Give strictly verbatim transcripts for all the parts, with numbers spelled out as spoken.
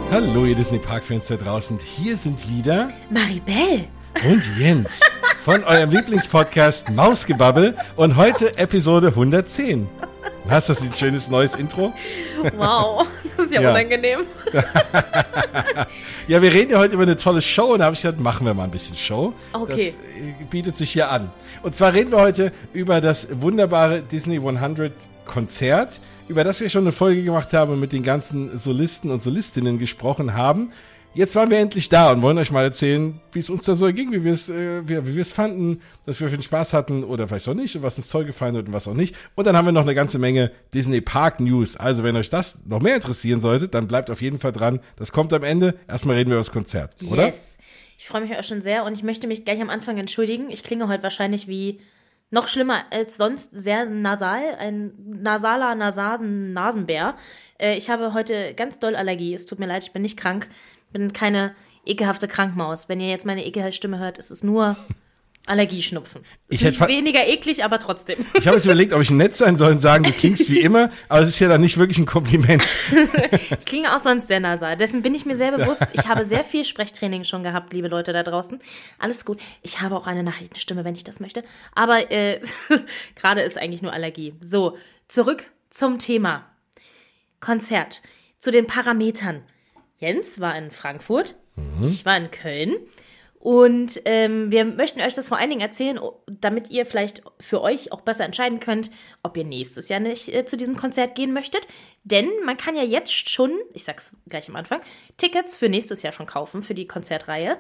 Hallo ihr Disney-Park-Fans da draußen, hier sind wieder Maribel und Jens von eurem Lieblingspodcast Mausgebabbel und heute Episode hundertzehn. Hast du das ein schönes neues Intro? Wow, das ist ja, ja. unangenehm. Ja, wir reden ja heute über eine tolle Show und da habe ich gedacht, machen wir mal ein bisschen Show. Okay. Das bietet sich hier an. Und zwar reden wir heute über das wunderbare Disney hundert Konzert, über das wir schon eine Folge gemacht haben und mit den ganzen Solisten und Solistinnen gesprochen haben. Jetzt waren wir endlich da und wollen euch mal erzählen, wie es uns da so ging, wie wir es äh, wie, wie wir es fanden, dass wir viel Spaß hatten oder vielleicht auch nicht und was uns toll gefallen hat und was auch nicht. Und dann haben wir noch eine ganze Menge Disney Park News. Also wenn euch das noch mehr interessieren sollte, dann bleibt auf jeden Fall dran. Das kommt am Ende. Erstmal reden wir über das Konzert, oder? Yes. Ich freue mich auch schon sehr und ich möchte mich gleich am Anfang entschuldigen. Ich klinge heute wahrscheinlich wie noch schlimmer als sonst, sehr nasal, ein nasaler Nasasen Nasenbär. Äh, ich habe heute ganz doll Allergie. Es tut mir leid, ich bin nicht krank. Bin keine ekelhafte Krankmaus. Wenn ihr jetzt meine ekelhafte Stimme hört, ist es nur Allergieschnupfen. Ist nicht weniger eklig, aber trotzdem. Ich habe jetzt überlegt, ob ich nett sein soll und sagen, du klingst wie immer, aber es ist ja dann nicht wirklich ein Kompliment. Ich klinge auch sonst sehr nasal. Dessen bin ich mir sehr bewusst. Ich habe sehr viel Sprechtraining schon gehabt, liebe Leute da draußen. Alles gut. Ich habe auch eine Nachrichtenstimme, wenn ich das möchte. Aber äh, gerade ist eigentlich nur Allergie. So, zurück zum Thema. Konzert. Zu den Parametern. Jens war in Frankfurt, mhm. ich war in Köln und ähm, wir möchten euch das vor allen Dingen erzählen, damit ihr vielleicht für euch auch besser entscheiden könnt, ob ihr nächstes Jahr nicht äh, zu diesem Konzert gehen möchtet. Denn man kann ja jetzt schon, ich sag's gleich am Anfang, Tickets für nächstes Jahr schon kaufen, für die Konzertreihe.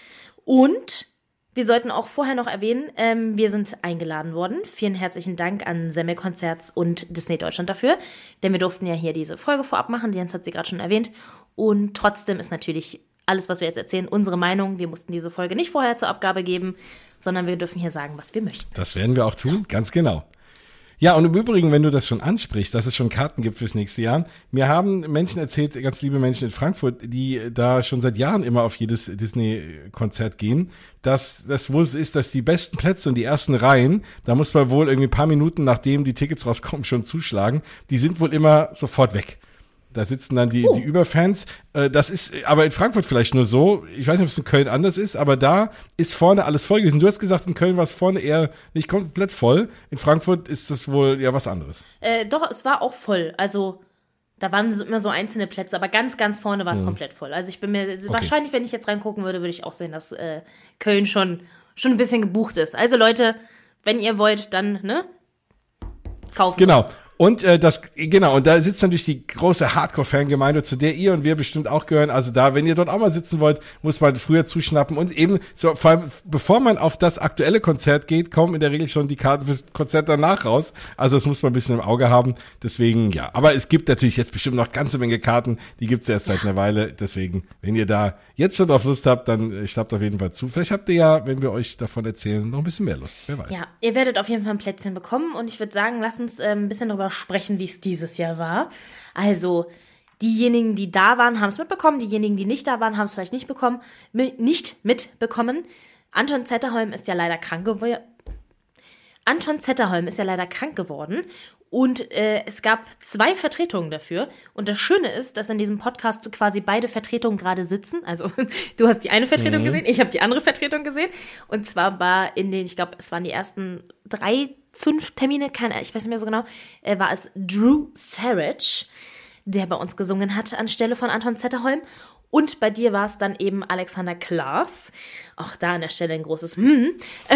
Und wir sollten auch vorher noch erwähnen, ähm, wir sind eingeladen worden. Vielen herzlichen Dank an Semmelkonzerts und Disney Deutschland dafür, denn wir durften ja hier diese Folge vorab machen, Jens hat sie gerade schon erwähnt. Und trotzdem ist natürlich alles, was wir jetzt erzählen, unsere Meinung. Wir mussten diese Folge nicht vorher zur Abgabe geben, sondern wir dürfen hier sagen, was wir möchten. Das werden wir auch tun, so. Ganz genau. Ja, und im Übrigen, wenn du das schon ansprichst, dass es schon Karten gibt fürs nächste Jahr. Mir haben Menschen erzählt, ganz liebe Menschen in Frankfurt, die da schon seit Jahren immer auf jedes Disney-Konzert gehen, dass das wohl so ist, dass die besten Plätze und die ersten Reihen, da muss man wohl irgendwie ein paar Minuten, nachdem die Tickets rauskommen, schon zuschlagen. Die sind wohl immer sofort weg. Da sitzen dann die, oh. die Überfans. Das ist aber in Frankfurt vielleicht nur so. Ich weiß nicht, ob es in Köln anders ist, aber da ist vorne alles voll gewesen. Du hast gesagt, in Köln war es vorne eher nicht komplett voll. In Frankfurt ist das wohl ja was anderes. Äh, doch, es war auch voll. Also da waren immer so einzelne Plätze, aber ganz, ganz vorne war es hm. komplett voll. Also ich bin mir okay. wahrscheinlich, wenn ich jetzt reingucken würde, würde ich auch sehen, dass äh, Köln schon, schon ein bisschen gebucht ist. Also Leute, wenn ihr wollt, dann ne kaufen. Genau. Und äh, das genau, und da sitzt natürlich die große Hardcore-Fangemeinde, zu der ihr und wir bestimmt auch gehören. Also da, wenn ihr dort auch mal sitzen wollt, muss man früher zuschnappen. Und eben, so vor allem, bevor man auf das aktuelle Konzert geht, kommen in der Regel schon die Karten fürs Konzert danach raus. Also das muss man ein bisschen im Auge haben. Deswegen, ja. Aber es gibt natürlich jetzt bestimmt noch ganze Menge Karten. Die gibt's erst seit einer Weile. Deswegen, wenn ihr da jetzt schon drauf Lust habt, dann schnappt auf jeden Fall zu. Vielleicht habt ihr ja, wenn wir euch davon erzählen, noch ein bisschen mehr Lust. Wer weiß. Ja, ihr werdet auf jeden Fall ein Plätzchen bekommen. Und ich würde sagen, lasst uns äh, ein bisschen darüber sprechen, wie es dieses Jahr war. Also diejenigen, die da waren, haben es mitbekommen. Diejenigen, die nicht da waren, haben es vielleicht nicht bekommen, mi- nicht mitbekommen. Anton Zetterholm ist ja leider krank geworden. Anton Zetterholm ist ja leider krank geworden. Und äh, es gab zwei Vertretungen dafür. Und das Schöne ist, dass in diesem Podcast quasi beide Vertretungen gerade sitzen. Also du hast die eine Vertretung mhm. gesehen, ich habe die andere Vertretung gesehen. Und zwar war in den, ich glaube, es waren die ersten drei fünf Termine, keine, ich weiß nicht mehr so genau, äh, war es Drew Sarich, der bei uns gesungen hat anstelle von Anton Zetterholm. Und bei dir war es dann eben Alexander Klaas. Auch da an der Stelle ein großes Hm.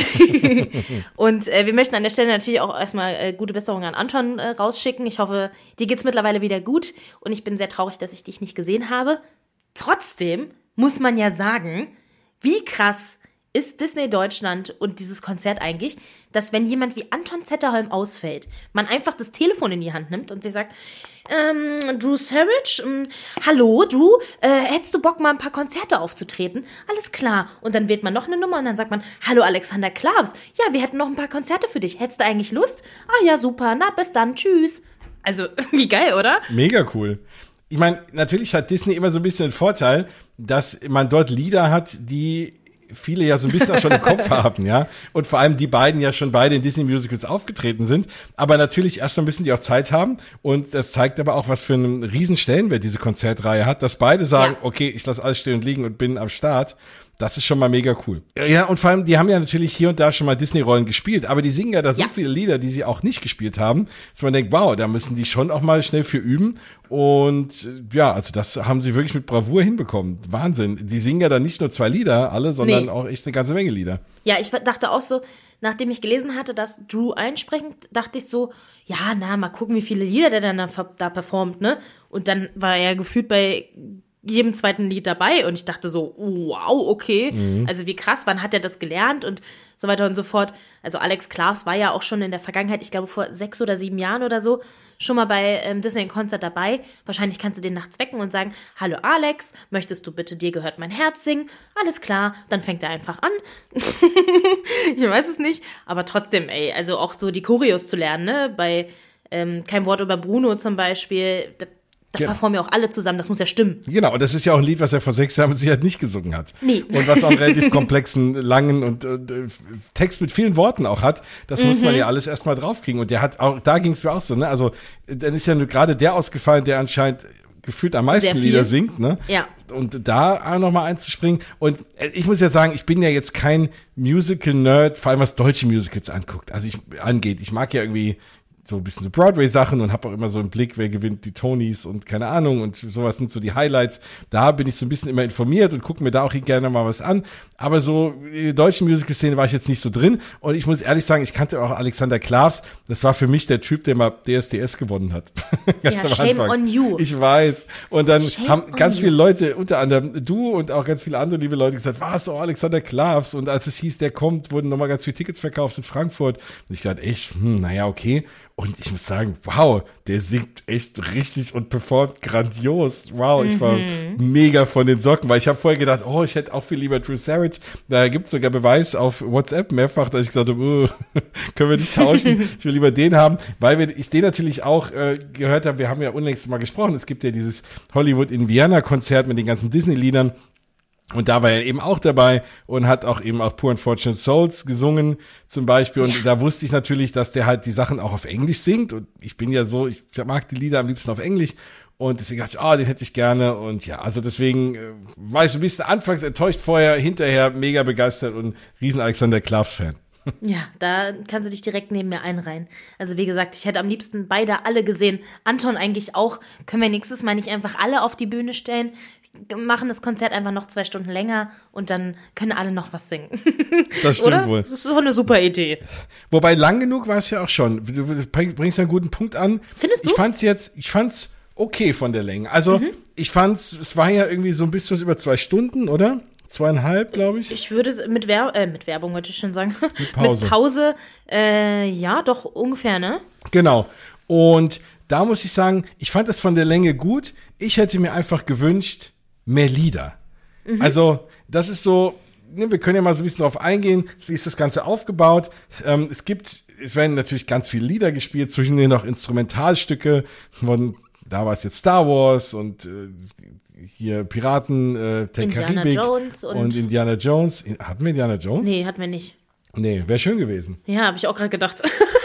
Und äh, wir möchten an der Stelle natürlich auch erstmal äh, gute Besserung an Anton äh, rausschicken. Ich hoffe, dir geht's mittlerweile wieder gut. Und ich bin sehr traurig, dass ich dich nicht gesehen habe. Trotzdem muss man ja sagen, wie krass ist Disney Deutschland und dieses Konzert eigentlich, dass wenn jemand wie Anton Zetterholm ausfällt, man einfach das Telefon in die Hand nimmt und sich sagt, ähm, Drew Sarich, ähm, hallo, Drew, äh, hättest du Bock, mal ein paar Konzerte aufzutreten? Alles klar. Und dann wählt man noch eine Nummer und dann sagt man, hallo Alexander Klaas, ja, wir hätten noch ein paar Konzerte für dich. Hättest du eigentlich Lust? Ah ja, super, na, bis dann, tschüss. Also, wie geil, oder? Mega cool. Ich meine, natürlich hat Disney immer so ein bisschen den Vorteil, dass man dort Lieder hat, die viele ja so ein bisschen auch schon im Kopf haben, ja. Und vor allem die beiden ja schon beide in Disney-Musicals aufgetreten sind, aber natürlich erst mal ein bisschen die auch Zeit haben. Und das zeigt aber auch, was für einen riesen Stellenwert diese Konzertreihe hat, dass beide sagen, ja. okay, ich lasse alles stehen und liegen und bin am Start. Das ist schon mal mega cool. Ja, und vor allem, die haben ja natürlich hier und da schon mal Disney-Rollen gespielt, aber die singen ja da so ja. viele Lieder, die sie auch nicht gespielt haben, dass man denkt, wow, da müssen die schon auch mal schnell für üben. Und ja, also das haben sie wirklich mit Bravour hinbekommen. Wahnsinn. Die singen ja dann nicht nur zwei Lieder, alle, sondern nee. auch echt eine ganze Menge Lieder. Ja, ich dachte auch so, nachdem ich gelesen hatte, dass Drew einsprechend, dachte ich so, ja, na, mal gucken, wie viele Lieder der dann da, da performt, ne? Und dann war er gefühlt bei jedem zweiten Lied dabei und ich dachte so, wow, okay, mhm. also wie krass, wann hat er das gelernt und so weiter und so fort. Also Alex Klaas war ja auch schon in der Vergangenheit, ich glaube vor sechs oder sieben Jahren oder so, schon mal bei ähm, Disney Concert dabei. Wahrscheinlich kannst du den nachts wecken und sagen, hallo Alex, möchtest du bitte Dir gehört mein Herz singen? Alles klar, dann fängt er einfach an. Ich weiß es nicht, aber trotzdem, ey, also auch so die Choreos zu lernen, ne, bei ähm, Kein Wort über Bruno zum Beispiel, da Da genau. performen ja auch alle zusammen, das muss ja stimmen. Genau, und das ist ja auch ein Lied, was er vor sechs Jahren mit Sicherheit nicht gesungen hat. Nee. Und was auch einen relativ komplexen, langen und äh, Text mit vielen Worten auch hat. Das mhm. muss man ja alles erstmal draufkriegen. Und der hat auch, da ging es mir auch so, ne? Also, dann ist ja nur gerade der ausgefallen, der anscheinend gefühlt am meisten Lieder singt, ne? Ja. Und da auch nochmal einzuspringen. Und ich muss ja sagen, ich bin ja jetzt kein Musical-Nerd, vor allem was deutsche Musicals anguckt, also ich angeht. Ich mag ja irgendwie so ein bisschen so Broadway-Sachen und habe auch immer so einen Blick, wer gewinnt die Tonys und keine Ahnung und sowas sind so die Highlights. Da bin ich so ein bisschen immer informiert und gucke mir da auch gerne mal was an. Aber so in der deutschen Musical-Szene war ich jetzt nicht so drin und ich muss ehrlich sagen, ich kannte auch Alexander Klavs. Das war für mich der Typ, der mal D S D S gewonnen hat. Ganz ja, am shame Anfang. On you. Ich weiß. Und dann shame haben ganz viele Leute, unter anderem du und auch ganz viele andere liebe Leute gesagt, was, oh, Alexander Klavs. Und als es hieß, der kommt, wurden nochmal ganz viele Tickets verkauft in Frankfurt. Und ich dachte echt, hm, naja, okay. Und ich muss sagen, wow, der singt echt richtig und performt grandios. Wow, ich war mhm. mega von den Socken, weil ich habe vorher gedacht, oh, ich hätte auch viel lieber Drew Sarich. Da gibt's sogar Beweis auf WhatsApp mehrfach, dass ich gesagt habe, oh, können wir nicht tauschen. Ich will lieber den haben, weil wir, ich den natürlich auch äh, gehört habe. Wir haben ja unlängst mal gesprochen. Es gibt ja dieses Hollywood in Vienna Konzert mit den ganzen Disney-Liedern. Und da war er eben auch dabei und hat auch eben auch Poor Unfortunate Souls gesungen zum Beispiel. Und ja. da wusste ich natürlich, dass der halt die Sachen auch auf Englisch singt. Und ich bin ja so, ich mag die Lieder am liebsten auf Englisch. Und deswegen dachte ich, ah, oh, den hätte ich gerne. Und ja, also deswegen äh, war ich so ein bisschen anfangs enttäuscht, vorher, hinterher mega begeistert und riesen Alexander Klavs-Fan. Ja, da kannst du dich direkt neben mir einreihen. Also wie gesagt, ich hätte am liebsten beide alle gesehen. Anton eigentlich auch. Können wir nächstes Mal nicht einfach alle auf die Bühne stellen? Machen das Konzert einfach noch zwei Stunden länger und dann können alle noch was singen. Das stimmt Oder? wohl. Das ist doch eine super Idee. Wobei lang genug war es ja auch schon. Du bringst einen guten Punkt an. Findest du? Ich fand's jetzt, ich fand's okay von der Länge. Also mhm. ich fand's, es war ja irgendwie so ein bisschen über zwei Stunden, oder? Zweieinhalb, glaube ich. Ich würde mit, Wer- äh, mit Werbung, wollte ich schon sagen. Mit Pause. mit Pause, äh, ja, doch ungefähr, ne? Genau. Und da muss ich sagen, ich fand das von der Länge gut. Ich hätte mir einfach gewünscht, mehr Lieder. Mhm. Also, das ist so, ne, wir können ja mal so ein bisschen drauf eingehen, wie ist das Ganze aufgebaut. Ähm, es gibt, es werden natürlich ganz viele Lieder gespielt, zwischen denen noch Instrumentalstücke von, da war es jetzt Star Wars und äh, hier Piraten äh, der Indiana Karibik Jones und, und Indiana Jones. Hatten wir Indiana Jones? Nee, hatten wir nicht. Nee, wäre schön gewesen. Ja, habe ich auch gerade gedacht.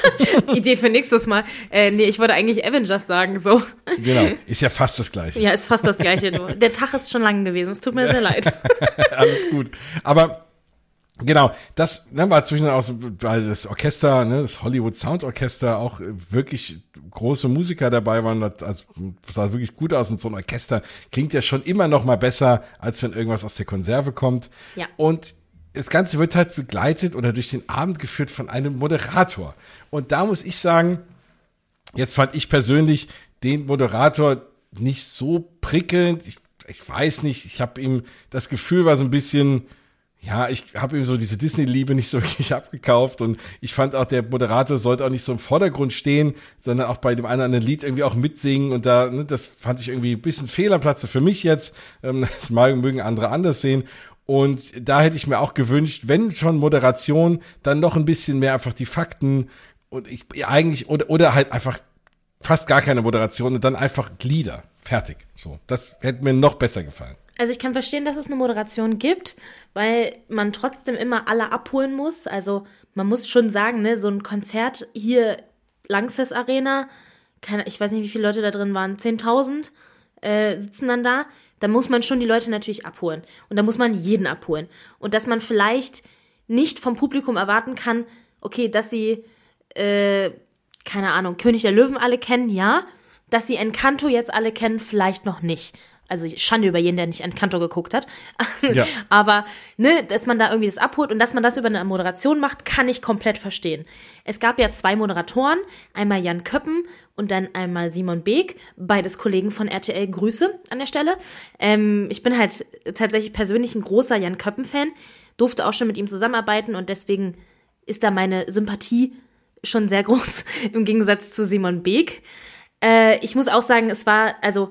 Idee für nächstes Mal. Äh, nee, ich wollte eigentlich Avengers sagen, so. Genau, ist ja fast das Gleiche. Ja, ist fast das Gleiche. Du. Der Tag ist schon lang gewesen, es tut mir sehr leid. Alles gut. Aber genau, das ne, war zwischen auch so, weil das Orchester, ne, das Hollywood Sound Orchester, auch wirklich große Musiker dabei waren, also das sah wirklich gut aus und so ein Orchester klingt ja schon immer noch mal besser, als wenn irgendwas aus der Konserve kommt. Ja. Und das Ganze wird halt begleitet oder durch den Abend geführt von einem Moderator. Und da muss ich sagen, jetzt fand ich persönlich den Moderator nicht so prickelnd. Ich, ich weiß nicht, ich habe ihm, das Gefühl war so ein bisschen, ja, ich habe ihm so diese Disney-Liebe nicht so wirklich abgekauft. Und ich fand auch, der Moderator sollte auch nicht so im Vordergrund stehen, sondern auch bei dem einen oder anderen Lied irgendwie auch mitsingen. Und da, ne, das fand ich irgendwie ein bisschen fehl am Platze für mich jetzt. Ähm, das mögen andere anders sehen. Und da hätte ich mir auch gewünscht, wenn schon Moderation, dann noch ein bisschen mehr einfach die Fakten und ich eigentlich oder oder halt einfach fast gar keine Moderation und dann einfach Lieder. Fertig. So, das hätte mir noch besser gefallen. Also ich kann verstehen, dass es eine Moderation gibt, weil man trotzdem immer alle abholen muss. Also man muss schon sagen, ne, so ein Konzert hier, Lanxess Arena, keine, ich weiß nicht, wie viele Leute da drin waren, zehntausend äh, sitzen dann da. Da muss man schon die Leute natürlich abholen. Und da muss man jeden abholen. Und dass man vielleicht nicht vom Publikum erwarten kann, okay, dass sie, äh, keine Ahnung, König der Löwen alle kennen, ja. Dass sie Encanto jetzt alle kennen, vielleicht noch nicht. Also Schande über jeden, der nicht Encanto geguckt hat. Ja. Aber, ne, dass man da irgendwie das abholt und dass man das über eine Moderation macht, kann ich komplett verstehen. Es gab ja zwei Moderatoren, einmal Jan Köppen und dann einmal Simon Beek, beides Kollegen von R T L. Grüße an der Stelle. Ähm, ich bin halt tatsächlich persönlich ein großer Jan Köppen-Fan, durfte auch schon mit ihm zusammenarbeiten und deswegen ist da meine Sympathie schon sehr groß im Gegensatz zu Simon Beek. Äh, ich muss auch sagen, es war, also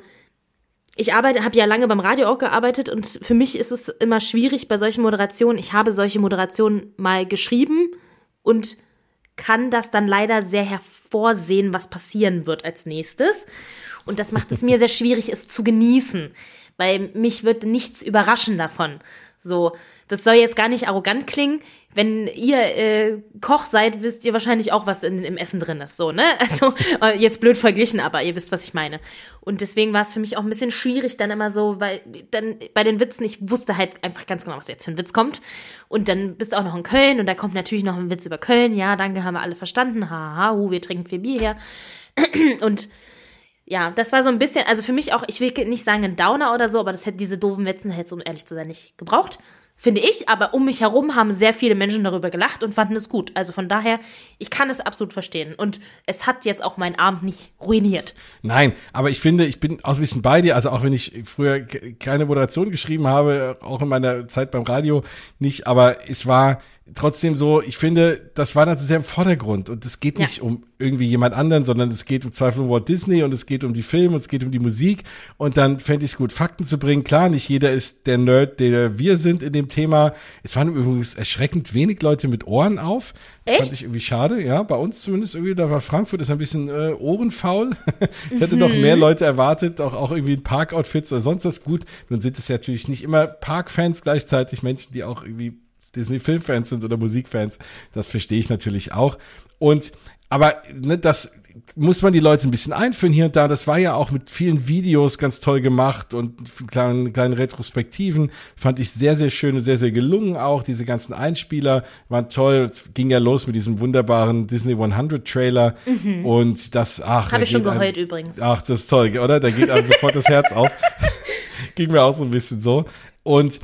ich arbeite, habe ja lange beim Radio auch gearbeitet und für mich ist es immer schwierig bei solchen Moderationen. Ich habe solche Moderationen mal geschrieben und kann das dann leider sehr hervorsehen, was passieren wird als nächstes. Und das macht es mir sehr schwierig, es zu genießen, weil mich wird nichts überraschen davon. So, das soll jetzt gar nicht arrogant klingen. Wenn ihr äh, Koch seid, wisst ihr wahrscheinlich auch, was in, im Essen drin ist. So, ne? Also jetzt blöd verglichen, aber ihr wisst, was ich meine. Und deswegen war es für mich auch ein bisschen schwierig dann immer so, weil dann bei den Witzen, ich wusste halt einfach ganz genau, was jetzt für ein Witz kommt. Und dann bist du auch noch in Köln und da kommt natürlich noch ein Witz über Köln. Ja, danke, haben wir alle verstanden. Haha, hu, wir trinken viel Bier hier. Und ja, das war so ein bisschen, also für mich auch, ich will nicht sagen ein Downer oder so, aber das hätte diese doofen Witzen hätte es, um ehrlich zu sein, nicht gebraucht. Finde ich, aber um mich herum haben sehr viele Menschen darüber gelacht und fanden es gut. Also von daher, ich kann es absolut verstehen. Und es hat jetzt auch meinen Abend nicht ruiniert. Nein, aber ich finde, ich bin auch ein bisschen bei dir. Also auch wenn ich früher keine Moderation geschrieben habe, auch in meiner Zeit beim Radio nicht, aber es war trotzdem so, ich finde, das war dann sehr im Vordergrund und es geht nicht ja. um irgendwie jemand anderen, sondern es geht im Zweifel um Walt Disney und es geht um die Filme und es geht um die Musik und dann fände ich es gut, Fakten zu bringen. Klar, nicht jeder ist der Nerd, der wir sind in dem Thema. Es waren übrigens erschreckend wenig Leute mit Ohren auf. Das Echt? fand ich irgendwie schade, ja, bei uns zumindest irgendwie, da war Frankfurt ist ein bisschen äh, ohrenfaul. Ich hätte mhm. doch mehr Leute erwartet, auch, auch irgendwie in Parkoutfits oder sonst was. Gut, nun sind es ja natürlich nicht immer Parkfans gleichzeitig, Menschen, die auch irgendwie Disney-Filmfans sind oder Musikfans, das verstehe ich natürlich auch. Und aber ne, das muss man die Leute ein bisschen einführen hier und da. Das war ja auch mit vielen Videos ganz toll gemacht und kleinen, kleinen Retrospektiven. Fand ich sehr, sehr schön und sehr, sehr gelungen auch. Diese ganzen Einspieler waren toll. Es ging ja los mit diesem wunderbaren Disney hundert Trailer. Mhm. Und das, ach. Habe ich schon geheult einem, übrigens. Ach, das ist toll, oder? Da geht einem sofort das Herz auf. Ging mir auch so ein bisschen so. Und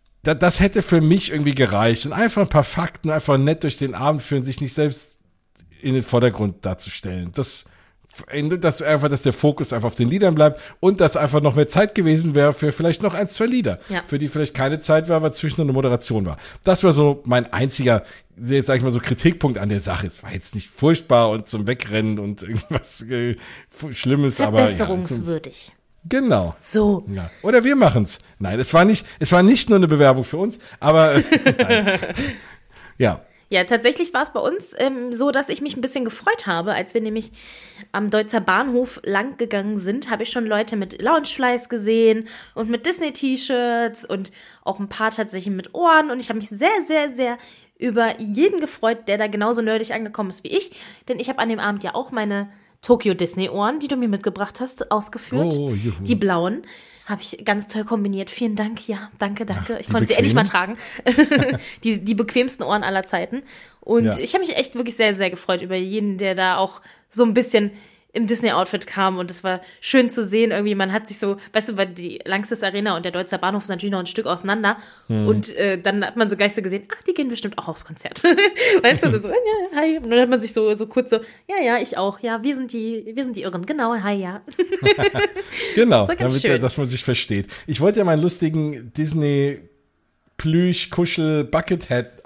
das hätte für mich irgendwie gereicht. Und einfach ein paar Fakten, einfach nett durch den Abend führen, sich nicht selbst in den Vordergrund darzustellen. Das, das einfach, dass der Fokus einfach auf den Liedern bleibt und dass einfach noch mehr Zeit gewesen wäre für vielleicht noch ein, zwei Lieder, ja. für die vielleicht keine Zeit war, weil zwischen eine Moderation war. Das war so mein einziger, jetzt sag ich mal so Kritikpunkt an der Sache. Es war jetzt nicht furchtbar und zum Wegrennen und irgendwas äh, Schlimmes, aber verbesserungswürdig. Ja, genau. So. Ja. Oder wir machen's. Nein, es war nicht, es war nicht nur eine Bewerbung für uns, aber nein. Ja. Ja, tatsächlich war es bei uns ähm, so, dass ich mich ein bisschen gefreut habe, als wir nämlich am Deutzer Bahnhof lang gegangen sind, habe ich schon Leute mit Loungeflies gesehen und mit Disney-T-Shirts und auch ein paar tatsächlich mit Ohren und ich habe mich sehr, sehr, sehr über jeden gefreut, der da genauso nerdig angekommen ist wie ich, denn ich habe an dem Abend ja auch meine Tokyo Disney Ohren, die du mir mitgebracht hast, ausgeführt. Oh, die blauen. Habe ich ganz toll kombiniert. Vielen Dank, ja, danke, danke. Ach, ich konnte bequemen? sie endlich mal tragen. die, die bequemsten Ohren aller Zeiten. Und ja. ich habe mich echt wirklich sehr, sehr gefreut über jeden, der da auch so ein bisschen im Disney-Outfit kam und es war schön zu sehen, irgendwie, man hat sich so, weißt du, weil die Lanxess Arena und der Deutzer Bahnhof sind natürlich noch ein Stück auseinander hm. und äh, dann hat man so gleich so gesehen, ach, die gehen bestimmt auch aufs Konzert. Weißt du, das so, ja, hi, und dann hat man sich so, so kurz so, ja, ja, ich auch, ja, wir sind die, wir sind die Irren, genau, hi, ja. Genau, das damit, schön. Dass man sich versteht. Ich wollte ja meinen lustigen Disney Plüsch, Kuschel, Buckethead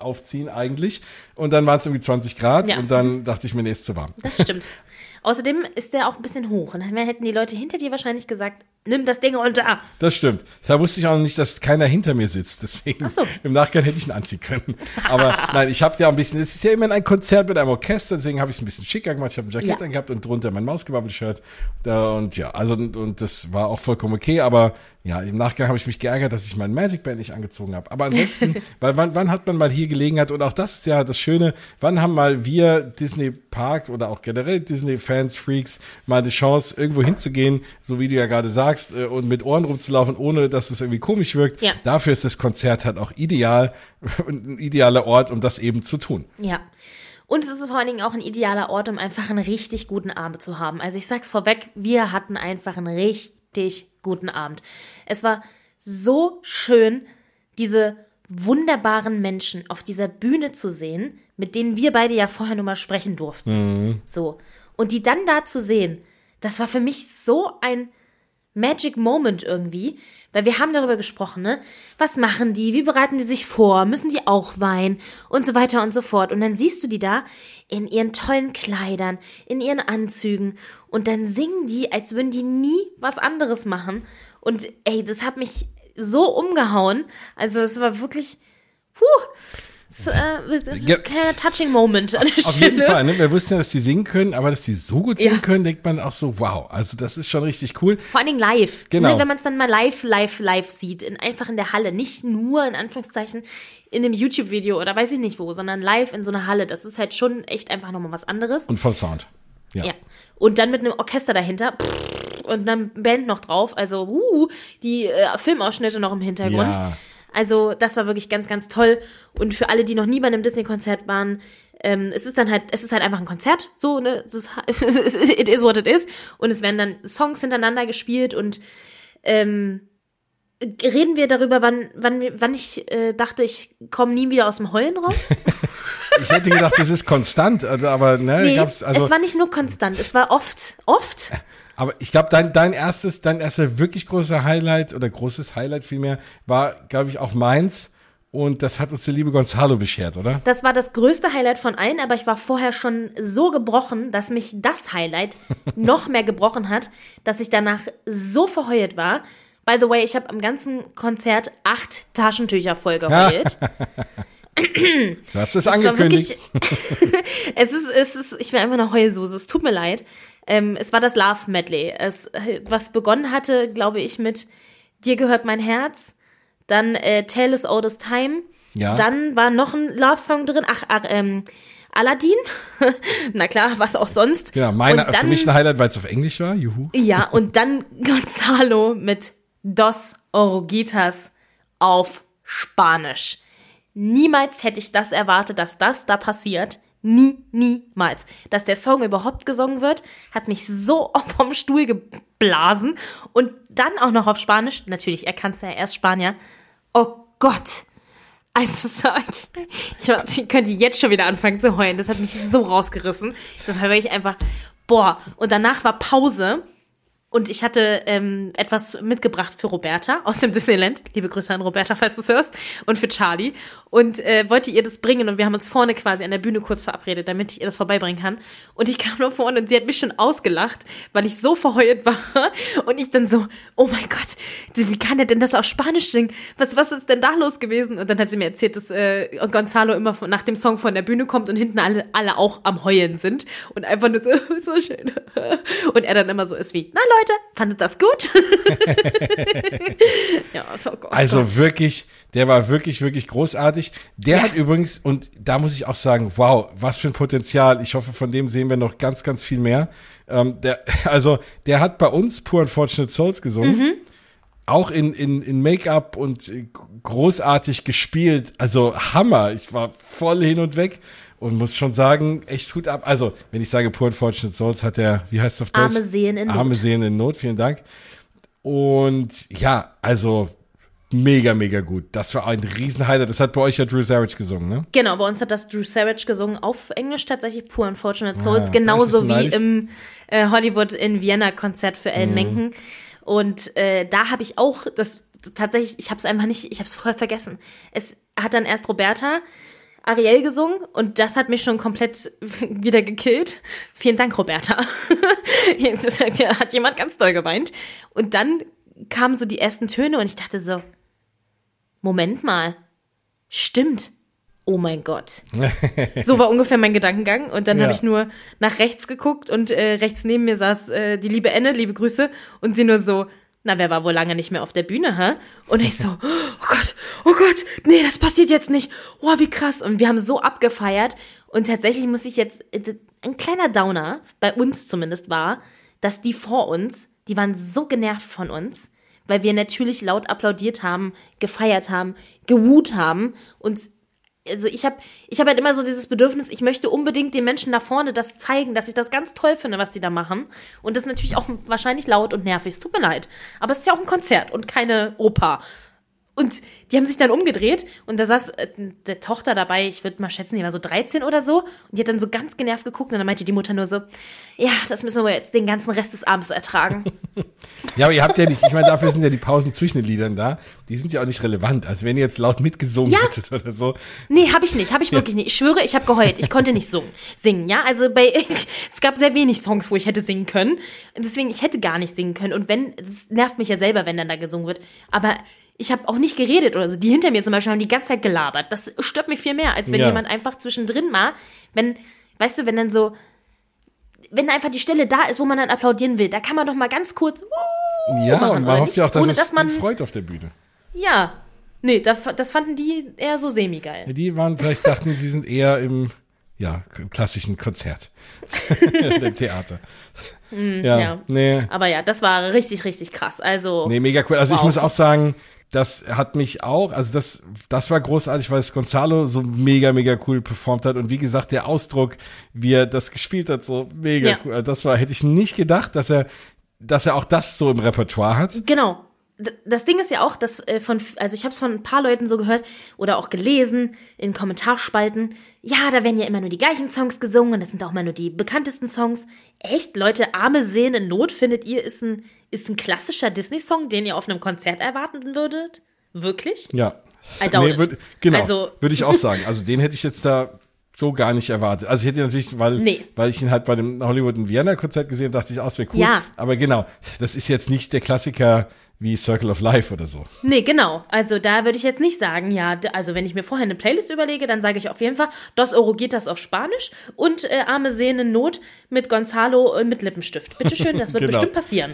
aufziehen eigentlich. Und dann waren es irgendwie zwanzig Grad Ja. und dann dachte ich mir, nee, ist zu warm. Das stimmt. Außerdem ist der auch ein bisschen hoch. Und dann hätten die Leute hinter dir wahrscheinlich gesagt, nimm das Ding runter. Das stimmt. Da wusste ich auch noch nicht, dass keiner hinter mir sitzt. Deswegen Ach so. im Nachgang hätte ich ihn anziehen können. Aber nein, ich habe ja ein bisschen, es ist ja immer ein Konzert mit einem Orchester, deswegen habe ich es ein bisschen schicker gemacht. Ich habe ein Jackett Ja. angehabt und drunter mein Mausgebabbel-Shirt. Da, und ja, also und, und das war auch vollkommen okay. Aber ja, im Nachgang habe ich mich geärgert, dass ich mein Magic Band nicht angezogen habe. Aber ansonsten, weil wann, wann hat man mal hier Gelegenheit? Und auch das ist ja das Schöne, wann haben mal wir Disney Park oder auch generell Disney-Fans, Freaks, mal die Chance, irgendwo hinzugehen, so wie du ja gerade sagst, äh, und mit Ohren rumzulaufen, ohne dass es irgendwie komisch wirkt. Ja. Dafür ist das Konzert halt auch ideal und ein idealer Ort, um das eben zu tun. Ja. Und es ist vor allen Dingen auch ein idealer Ort, um einfach einen richtig guten Abend zu haben. Also ich sag's vorweg, wir hatten einfach einen richtig guten Abend. Es war so schön, diese wunderbaren Menschen auf dieser Bühne zu sehen, mit denen wir beide ja vorher nur mal sprechen durften. Mhm. So. Und die dann da zu sehen, das war für mich so ein Magic Moment irgendwie, weil wir haben darüber gesprochen, ne? Was machen die? Wie bereiten die sich vor? Müssen die auch weinen? Und so weiter und so fort. Und dann siehst du die da in ihren tollen Kleidern, in ihren Anzügen und dann singen die, als würden die nie was anderes machen. Und ey, das hat mich so umgehauen. Also es war wirklich, puh, es, äh, Ja. kleiner touching Moment an der Auf Stelle. jeden Fall, ne? Wir wussten ja, dass die singen können, aber dass die so gut singen Ja. können, denkt man auch so, wow, also das ist schon richtig cool. Vor allen Dingen live. Genau. Ne, wenn man es dann mal live, live, live sieht. In, einfach in der Halle. Nicht nur, in Anführungszeichen, in einem YouTube-Video oder weiß ich nicht wo, sondern live in so einer Halle. Das ist halt schon echt einfach nochmal was anderes. Und vom Sound. Ja. Ja. Und dann mit einem Orchester dahinter. Und dann Band noch drauf. Also, uh, die äh, Filmausschnitte noch im Hintergrund. Ja. Also, das war wirklich ganz, ganz toll. Und für alle, die noch nie bei einem Disney-Konzert waren, ähm, es ist dann halt, es ist halt einfach ein Konzert, so, ne, es ist, it is what it is. Und es werden dann Songs hintereinander gespielt und, ähm, reden wir darüber, wann, wann, wir- wann ich äh, dachte, ich komme nie wieder aus dem Heulen raus? Ich hätte gedacht, das ist konstant, also, aber ne, Nee, gab's, also, es war nicht nur konstant, es war oft, oft. aber ich glaube, dein, dein erstes, dein erster wirklich großer Highlight oder großes Highlight vielmehr war, glaube ich, auch meins. Und das hat uns der liebe Gonzalo beschert, oder? Das war das größte Highlight von allen, aber ich war vorher schon so gebrochen, dass mich das Highlight noch mehr gebrochen hat, dass ich danach so verheult war. By the way, ich habe am ganzen Konzert acht Taschentücher voll geheult. Du hast es Es war angekündigt. wirklich- es ist, es ist, ich bin einfach eine Heulsuse. Es tut mir leid. Ähm, es war das Love Medley. Es, was begonnen hatte, glaube ich, mit Dir gehört mein Herz, dann äh, Tale is Old as Time, Ja. dann war noch ein Love-Song drin, ach, ach ähm, Aladdin, na klar, was auch sonst. Genau, meine, Und dann, für mich ein Highlight, weil es auf Englisch war. Juhu. ja, und dann Gonzalo mit Dos Oruguitas auf Spanisch. Niemals hätte ich das erwartet, dass das da passiert. Nie, niemals. Dass der Song überhaupt gesungen wird, hat mich so vom Stuhl geblasen. Und dann auch noch auf Spanisch. Natürlich, er kann es ja, er ist Spanier. Oh Gott. Also, so, ich, ich könnte jetzt schon wieder anfangen zu heulen. Das hat mich so rausgerissen. Das war wirklich einfach, boah. Und danach war Pause. Und ich hatte ähm, etwas mitgebracht für Roberta aus dem Disneyland. Liebe Grüße an Roberta, falls du es hörst. Und für Charlie. Und äh, wollte ihr das bringen. Und wir haben uns vorne quasi an der Bühne kurz verabredet, damit ich ihr das vorbeibringen kann. Und ich kam nur vorne und sie hat mich schon ausgelacht, weil ich so verheult war. Und ich dann so, oh mein Gott, wie kann er denn das auf Spanisch singen? Was, was ist denn da los gewesen? Und dann hat sie mir erzählt, dass äh, Gonzalo immer von, nach dem Song von der Bühne kommt und hinten alle, alle auch am Heulen sind. Und einfach nur so, so schön. Und er dann immer so ist wie, na Leute, fandet das gut? Ja, so, oh Also Gott. wirklich, der war wirklich, wirklich großartig. Der Ja. hat übrigens, und da muss ich auch sagen, wow, was für ein Potenzial. Ich hoffe, von dem sehen wir noch ganz, ganz viel mehr. Ähm, der, also, der hat bei uns Poor Unfortunate Souls gesungen. Mhm. Auch in, in, in Make-up und äh, großartig gespielt. Also Hammer. Ich war voll hin und weg. Und muss schon sagen, echt Hut ab. Also, wenn ich sage Poor Unfortunate Souls, hat er, wie heißt es auf Deutsch? Arme Seelen in Not. Arme Seelen in Not, vielen Dank. Und ja, also mega, mega gut. Das war ein Riesenhighlight. Das hat bei euch ja Drew Savage gesungen, ne? Genau, bei uns hat das Drew Savage gesungen, auf Englisch tatsächlich, Poor Unfortunate Souls, Ah, genauso da wie ist ein im äh, Hollywood in Vienna Konzert für Mhm. Ellen Menken. Und äh, da habe ich auch, das tatsächlich, ich habe es einfach nicht, ich habe es vorher vergessen. Es hat dann erst Roberta Ariel gesungen und das hat mich schon komplett wieder gekillt. Vielen Dank, Roberta. Jetzt hat jemand ganz doll geweint. Und dann kamen so die ersten Töne und ich dachte so, Moment mal, stimmt. Oh mein Gott. So war ungefähr mein Gedankengang. Und dann ja. habe ich nur nach rechts geguckt und äh, rechts neben mir saß äh, die liebe Enne, liebe Grüße, und sie nur so, na, wer war wohl lange nicht mehr auf der Bühne, hä? Und ich so, oh Gott, oh Gott, nee, das passiert jetzt nicht. Oh, wie krass. Und wir haben so abgefeiert. Und tatsächlich muss ich jetzt, ein kleiner Downer, bei uns zumindest war, dass die vor uns, die waren so genervt von uns, weil wir natürlich laut applaudiert haben, gefeiert haben, gewut haben. Und also ich habe ich hab halt immer so dieses Bedürfnis, ich möchte unbedingt den Menschen da vorne das zeigen, dass ich das ganz toll finde, was die da machen. Und das ist natürlich auch wahrscheinlich laut und nervig. Es tut mir leid. Aber es ist ja auch ein Konzert und keine Oper. Und die haben sich dann umgedreht und da saß äh, der Tochter dabei, ich würde mal schätzen, die war so dreizehn oder so. Und die hat dann so ganz genervt geguckt und dann meinte die Mutter nur so, ja, das müssen wir jetzt den ganzen Rest des Abends ertragen. Ja, aber ihr habt ja nicht, ich meine, dafür sind ja die Pausen zwischen den Liedern da. Die sind ja auch nicht relevant. Also wenn ihr jetzt laut mitgesungen ja. hättet oder so. Nee, habe ich nicht, habe ich wirklich ja. nicht. Ich schwöre, ich habe geheult. Ich konnte nicht so singen, ja. Also bei ich, es gab sehr wenig Songs, wo ich hätte singen können. Deswegen, ich hätte gar nicht singen können. Und wenn, das nervt mich ja selber, wenn dann da gesungen wird. Aber ich habe auch nicht geredet oder so. Die hinter mir zum Beispiel haben die ganze Zeit gelabert. Das stört mich viel mehr, als wenn ja. jemand einfach zwischendrin mal, wenn, weißt du, wenn dann so, wenn einfach die Stelle da ist, wo man dann applaudieren will, da kann man doch mal ganz kurz uh, ja, machen, und man hofft ja auch, dass ohne, es dass man freut auf der Bühne. Ja, nee, das, das fanden die eher so semi-geil. Ja, die waren, vielleicht dachten, sie sind eher im, ja, im klassischen Konzert. Im Theater. Mm, ja, ja, nee. Aber ja, das war richtig, richtig krass. Also. Nee, mega cool. Also wow. Ich muss auch sagen, das hat mich auch, also das, das war großartig, weil es Gonzalo so mega, mega cool performt hat. Und wie gesagt, der Ausdruck, wie er das gespielt hat, so mega ja. cool. Das war, hätte ich nicht gedacht, dass er, dass er auch das so im Repertoire hat. Genau. Das Ding ist ja auch, dass äh, von, also ich habe es von ein paar Leuten so gehört oder auch gelesen in Kommentarspalten, ja, da werden ja immer nur die gleichen Songs gesungen und das sind auch immer nur die bekanntesten Songs. Echt, Leute, arme Seelen in Not, findet ihr, ist ein, ist ein klassischer Disney-Song, den ihr auf einem Konzert erwarten würdet? Wirklich? Ja. I doubt nee, würd, genau, also, würde ich auch sagen. Also den hätte ich jetzt da so gar nicht erwartet. Also ich hätte natürlich, weil, nee. weil ich ihn halt bei dem Hollywood in Vienna Konzert gesehen dachte ich, auch, es wäre cool. Ja. Aber genau, das ist jetzt nicht der Klassiker wie Circle of Life oder so. Nee, genau. Also da würde ich jetzt nicht sagen, ja, also wenn ich mir vorher eine Playlist überlege, dann sage ich auf jeden Fall Dos Oruguitas auf Spanisch und äh, Arme Seelen in Not mit Gonzalo äh, mit Lippenstift. Bitteschön, das wird genau. bestimmt passieren.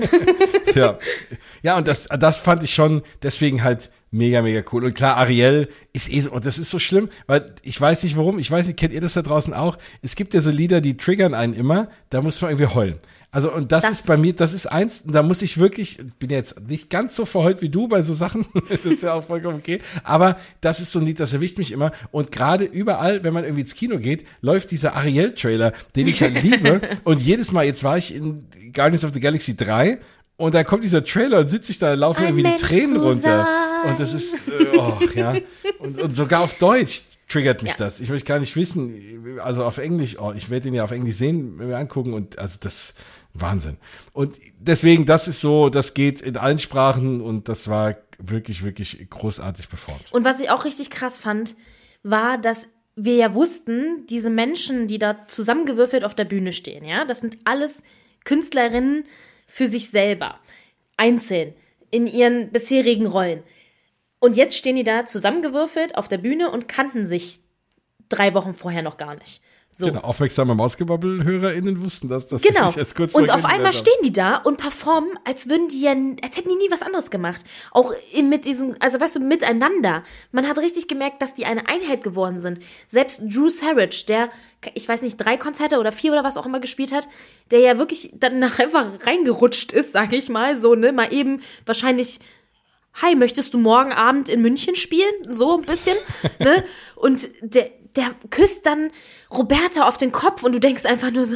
ja. ja, und das, das fand ich schon deswegen halt mega, mega cool. Und klar, Ariel ist eh so, und das ist so schlimm, weil ich weiß nicht warum, ich weiß nicht, kennt ihr das da draußen auch? Es gibt ja so Lieder, die triggern einen immer, da muss man irgendwie heulen. Also, und das, das ist bei mir, das ist eins, da muss ich wirklich, ich bin jetzt nicht ganz so verheult wie du bei so Sachen, das ist ja auch vollkommen okay, aber das ist so ein Lied, das erwischt mich immer und gerade überall, wenn man irgendwie ins Kino geht, läuft dieser Ariel-Trailer, den ich halt liebe und jedes Mal, jetzt war ich in Guardians of the Galaxy drei und dann kommt dieser Trailer und sitze ich da, laufen Ein irgendwie Mensch die Tränen runter sein. Und das ist, äh, oh, ja, und, und sogar auf Deutsch triggert mich ja. das. Ich möchte gar nicht wissen, also auf Englisch, oh, ich werde den ja auf Englisch sehen, wenn wir angucken und also das Wahnsinn. Und deswegen, das ist so, das geht in allen Sprachen und das war wirklich, wirklich großartig performt. Und was ich auch richtig krass fand, war, dass wir ja wussten, diese Menschen, die da zusammengewürfelt auf der Bühne stehen, ja, das sind alles Künstlerinnen für sich selber, einzeln, in ihren bisherigen Rollen. Und jetzt stehen die da zusammengewürfelt auf der Bühne und kannten sich drei Wochen vorher noch gar nicht. So. Genau, aufmerksame Mausgebabbel-HörerInnen wussten das. Das genau. Ist erst kurz und auf einmal stehen die da und performen, als würden die ja, als hätten die nie was anderes gemacht. Auch mit diesem, also weißt du, miteinander. Man hat richtig gemerkt, dass die eine Einheit geworden sind. Selbst Drew Sarich, der, ich weiß nicht, drei Konzerte oder vier oder was auch immer gespielt hat, der ja wirklich dann einfach reingerutscht ist, sag ich mal, so, ne, mal eben wahrscheinlich, hi, möchtest du morgen Abend in München spielen? So ein bisschen, ne? Und der, der küsst dann Roberta auf den Kopf und du denkst einfach nur so,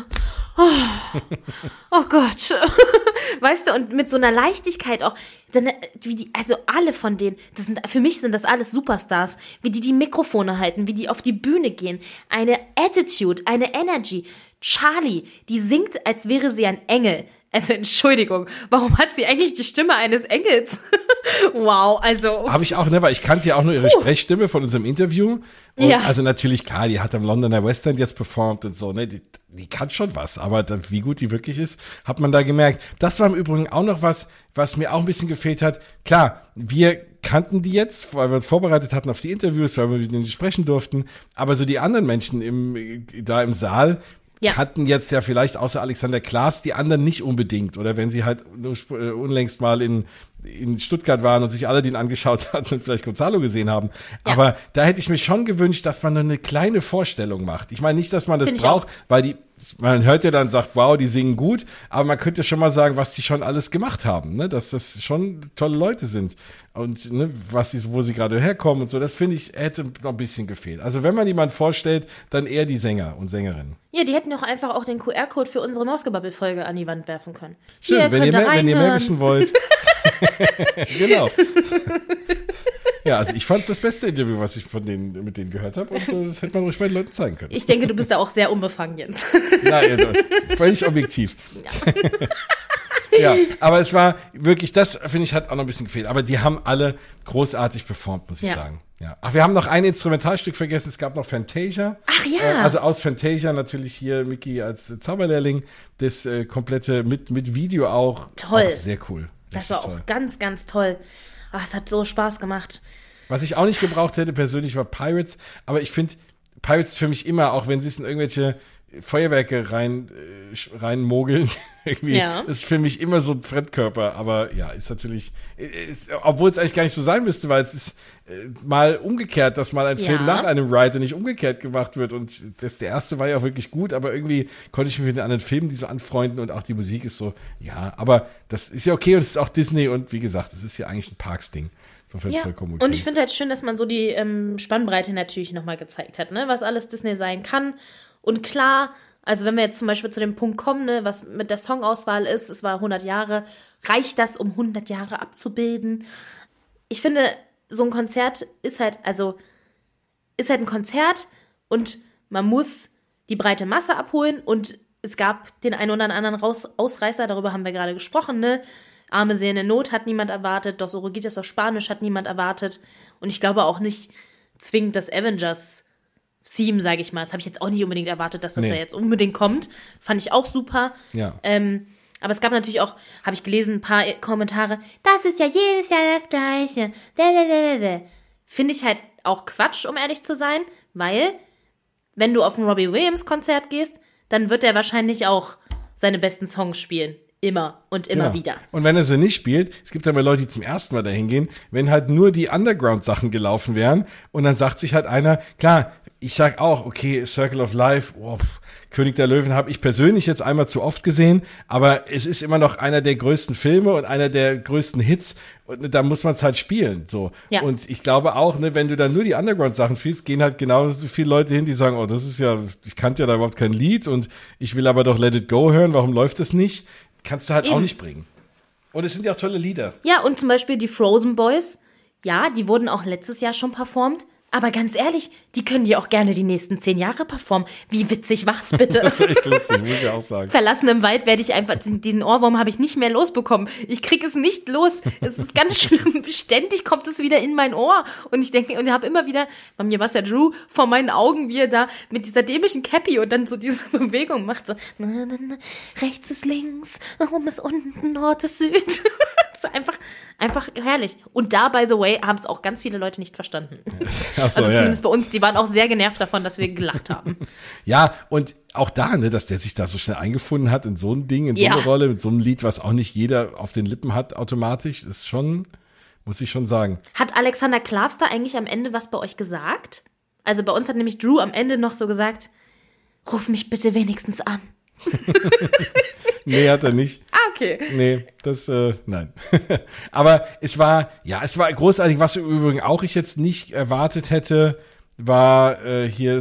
oh, oh Gott. Weißt du, und mit so einer Leichtigkeit auch, dann, wie die, also alle von denen, das sind, für mich sind das alles Superstars, wie die die Mikrofone halten, wie die auf die Bühne gehen, eine Attitude, eine Energy. Charlie, die singt, als wäre sie ein Engel. Also Entschuldigung, warum hat sie eigentlich die Stimme eines Engels? Wow, also. Habe ich auch, ne, weil ich kannte ja auch nur ihre uh. Sprechstimme von unserem Interview. Und ja. Also natürlich, klar, die hat am Londoner West End jetzt performt und so, ne, die, die kann schon was, aber dann, wie gut die wirklich ist, hat man da gemerkt. Das war im Übrigen auch noch was, was mir auch ein bisschen gefehlt hat. Klar, wir kannten die jetzt, weil wir uns vorbereitet hatten auf die Interviews, weil wir mit denen sprechen durften, aber so die anderen Menschen im, da im Saal, ja. hatten jetzt ja vielleicht außer Alexander Klavs die anderen nicht unbedingt. Oder wenn sie halt nur unlängst mal in, in Stuttgart waren und sich Aladdin angeschaut hatten und vielleicht Gonzalo gesehen haben. Ja. Aber da hätte ich mir schon gewünscht, dass man nur eine kleine Vorstellung macht. Ich meine nicht, dass man das Find braucht, weil die, man hört ja dann, sagt, wow, die singen gut, aber man könnte schon mal sagen, was die schon alles gemacht haben, ne? Dass das schon tolle Leute sind. Und ne, was sie, wo sie gerade herkommen und so, das finde ich, hätte noch ein bisschen gefehlt. Also wenn man jemanden vorstellt, dann eher die Sänger und Sängerinnen. Ja, die hätten doch einfach auch den Q R-Code für unsere Mausgebabbel-Folge an die Wand werfen können. Stimmt, Hier, wenn, ihr mehr, wenn ihr mehr wissen wollt. Genau. Ja, also ich fand es das beste Interview, was ich von denen, mit denen gehört habe. Und das hätte man ruhig bei den Leuten zeigen können. Ich denke, du bist da auch sehr unbefangen, Jens. Nein, völlig objektiv. Ja. Ja, aber es war wirklich, das finde ich, hat auch noch ein bisschen gefehlt. Aber die haben alle großartig performt, muss ich ja. sagen. Ja. Ach, wir haben noch ein Instrumentalstück vergessen. Es gab noch Fantasia. Ach ja. Äh, also aus Fantasia natürlich hier Mickey als Zauberlehrling. Das äh, komplette mit, mit Video auch. Toll. Auch sehr cool. Das war toll. Auch ganz, ganz toll. Ach, es hat so Spaß gemacht. Was ich auch nicht gebraucht hätte persönlich war Pirates. Aber ich finde Pirates für mich immer, auch wenn sie es in irgendwelche Feuerwerke rein, äh, reinmogeln. Irgendwie, ja. Das ist für mich immer so ein Fremdkörper, aber ja, ist natürlich, ist, obwohl es eigentlich gar nicht so sein müsste, weil es ist äh, mal umgekehrt, dass mal ein ja. Film nach einem Ride nicht umgekehrt gemacht wird und das, der erste war ja auch wirklich gut, aber irgendwie konnte ich mich mit den anderen Filmen, die so anfreunden und auch die Musik ist so, ja, aber das ist ja okay und es ist auch Disney und wie gesagt, es ist ja eigentlich ein Parks-Ding. Insofern ja. vollkommen okay. Und ich finde halt schön, dass man so die ähm, Spannbreite natürlich nochmal gezeigt hat, ne, was alles Disney sein kann und klar, also wenn wir jetzt zum Beispiel zu dem Punkt kommen, ne, was mit der Songauswahl ist, es war hundert Jahre, reicht das, um hundert Jahre abzubilden? Ich finde, so ein Konzert ist halt, also, ist halt ein Konzert und man muss die breite Masse abholen und es gab den einen oder anderen Raus- Ausreißer, darüber haben wir gerade gesprochen, ne? Arme Seelen in Not hat niemand erwartet, Dos Oruguitas auf Spanisch hat niemand erwartet und ich glaube auch nicht zwingend das Avengers Theme, sage ich mal. Das habe ich jetzt auch nicht unbedingt erwartet, dass das nee. ja jetzt unbedingt kommt. Fand ich auch super. Ja. Ähm, aber es gab natürlich auch, habe ich gelesen, ein paar Kommentare, das ist ja jedes Jahr das Gleiche. Finde ich halt auch Quatsch, um ehrlich zu sein, weil, wenn du auf ein Robbie Williams-Konzert gehst, dann wird er wahrscheinlich auch seine besten Songs spielen. Immer und immer genau. wieder. Und wenn er sie nicht spielt, es gibt aber Leute, die zum ersten Mal dahin gehen, wenn halt nur die Underground-Sachen gelaufen wären und dann sagt sich halt einer, klar, ich sag auch, okay, Circle of Life, oh, König der Löwen habe ich persönlich jetzt einmal zu oft gesehen, aber es ist immer noch einer der größten Filme und einer der größten Hits und da muss man es halt spielen, so. Ja. Und ich glaube auch, ne, wenn du dann nur die Underground-Sachen spielst, gehen halt genauso viele Leute hin, die sagen, oh, das ist ja, ich kannte ja da überhaupt kein Lied und ich will aber doch Let It Go hören, warum läuft das nicht? Kannst du halt Eben. auch nicht bringen. Und es sind ja auch tolle Lieder. Ja, und zum Beispiel die Frozen Boys, ja, die wurden auch letztes Jahr schon performt. Aber ganz ehrlich, die können die auch gerne die nächsten zehn Jahre performen. Wie witzig war's bitte? Das ist echt lustig, muss ich auch sagen. Verlassen im Wald werde ich einfach, diesen Ohrwurm habe ich nicht mehr losbekommen. Ich kriege es nicht los. Es ist ganz schlimm. Ständig kommt es wieder in mein Ohr. Und ich denke, und ich habe immer wieder, bei mir war es ja Drew, vor meinen Augen, wie er da mit dieser dämlichen Cappy und dann so diese Bewegung macht. So, na, na, na, rechts ist links, oben ist unten, Nord ist Süd. Das ist einfach, einfach herrlich. Und da, by the way, haben es auch ganz viele Leute nicht verstanden. Ach so, also ja. zumindest bei uns, die waren auch sehr genervt davon, dass wir gelacht haben. Ja, und auch da, ne, dass der sich da so schnell eingefunden hat in so ein Ding, in so ja. eine Rolle, mit so einem Lied, was auch nicht jeder auf den Lippen hat automatisch, ist schon, muss ich schon sagen. Hat Alexander Klavs da eigentlich am Ende was bei euch gesagt? Also bei uns hat nämlich Drew am Ende noch so gesagt, ruf mich bitte wenigstens an. Nee, hat er nicht. Ah, okay. Nee, das, äh, nein. Aber es war, ja, es war großartig. Was im Übrigen auch ich jetzt nicht erwartet hätte, war äh, hier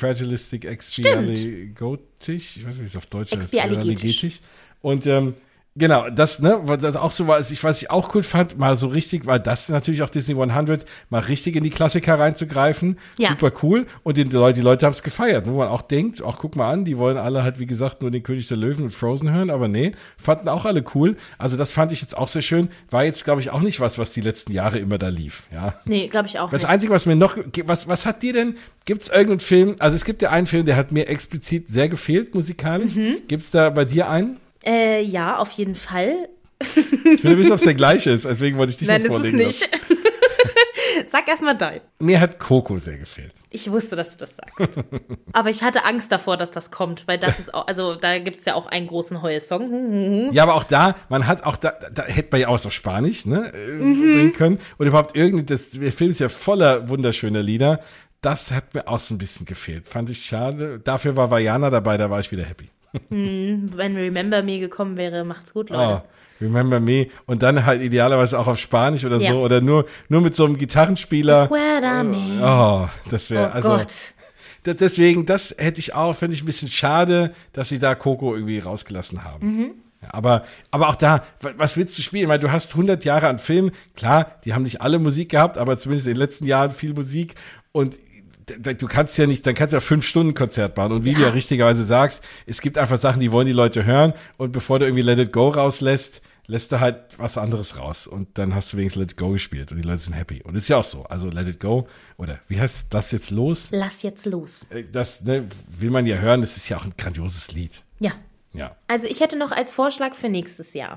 Supercalifragilisticexpialidocious. Ich weiß nicht, wie es auf Deutsch heißt. Expialigetisch. Und ähm, Genau, das, ne, was das auch so war, ich, was ich auch cool fand, mal so richtig, weil das natürlich auch Disney hundert, mal richtig in die Klassiker reinzugreifen. Ja. Super cool. Und die Leute, die Leute haben es gefeiert, wo man auch denkt, ach, guck mal an, die wollen alle halt, wie gesagt, nur den König der Löwen und Frozen hören, aber nee, fanden auch alle cool. Also das fand ich jetzt auch sehr schön. War jetzt, glaube ich, auch nicht was, was die letzten Jahre immer da lief, ja. Nee, glaube ich auch Das nicht. Einzige, was mir noch, was, was hat dir denn, gibt's irgendeinen Film, also es gibt ja einen Film, der hat mir explizit sehr gefehlt, musikalisch. Mhm. Gibt's da bei dir einen? Äh, ja, auf jeden Fall. Ich will wissen, ob es der gleiche ist, deswegen wollte ich dich Nein, noch ist vorlegen es nicht. Sag erst mal dein. Mir hat Coco sehr gefehlt. Ich wusste, dass du das sagst. Aber ich hatte Angst davor, dass das kommt, weil das ist auch, also da gibt's ja auch einen großen Heul-Song. Ja, aber auch da, man hat auch da, da hätte man ja auch was auf Spanisch, ne, äh, bringen können. Und überhaupt irgendwie, das, der Film ist ja voller wunderschöner Lieder. Das hat mir auch so ein bisschen gefehlt. Fand ich schade. Dafür war Vajana dabei, da war ich wieder happy. Wenn Remember Me gekommen wäre, macht's gut, Leute. Oh, Remember Me. Und dann halt idealerweise auch auf Spanisch oder Ja. so. Oder nur, nur mit so einem Gitarrenspieler. Recuérdame. Oh, das wäre, Oh also. Gott. D- Deswegen, das hätte ich auch, finde ich ein bisschen schade, dass sie da Coco irgendwie rausgelassen haben. Mhm. Ja, aber, aber auch da, wa- was willst du spielen? Ich meine, du hast hundert Jahre an Filmen. Klar, die haben nicht alle Musik gehabt, aber zumindest in den letzten Jahren viel Musik. Und d- du kannst ja nicht, dann kannst du ja fünf Stunden Konzert machen. Und wie du ja richtigerweise sagst, es gibt einfach Sachen, die wollen die Leute hören. Und bevor du irgendwie Let It Go rauslässt, lässt du halt was anderes raus. Und dann hast du wenigstens Let It Go gespielt und die Leute sind happy. Und ist ja auch so. Also Let It Go, oder wie heißt das jetzt los? Lass jetzt los. Äh, Das ne, will man ja hören, das ist ja auch ein grandioses Lied. Ja. Ja. Also ich hätte noch als Vorschlag für nächstes Jahr.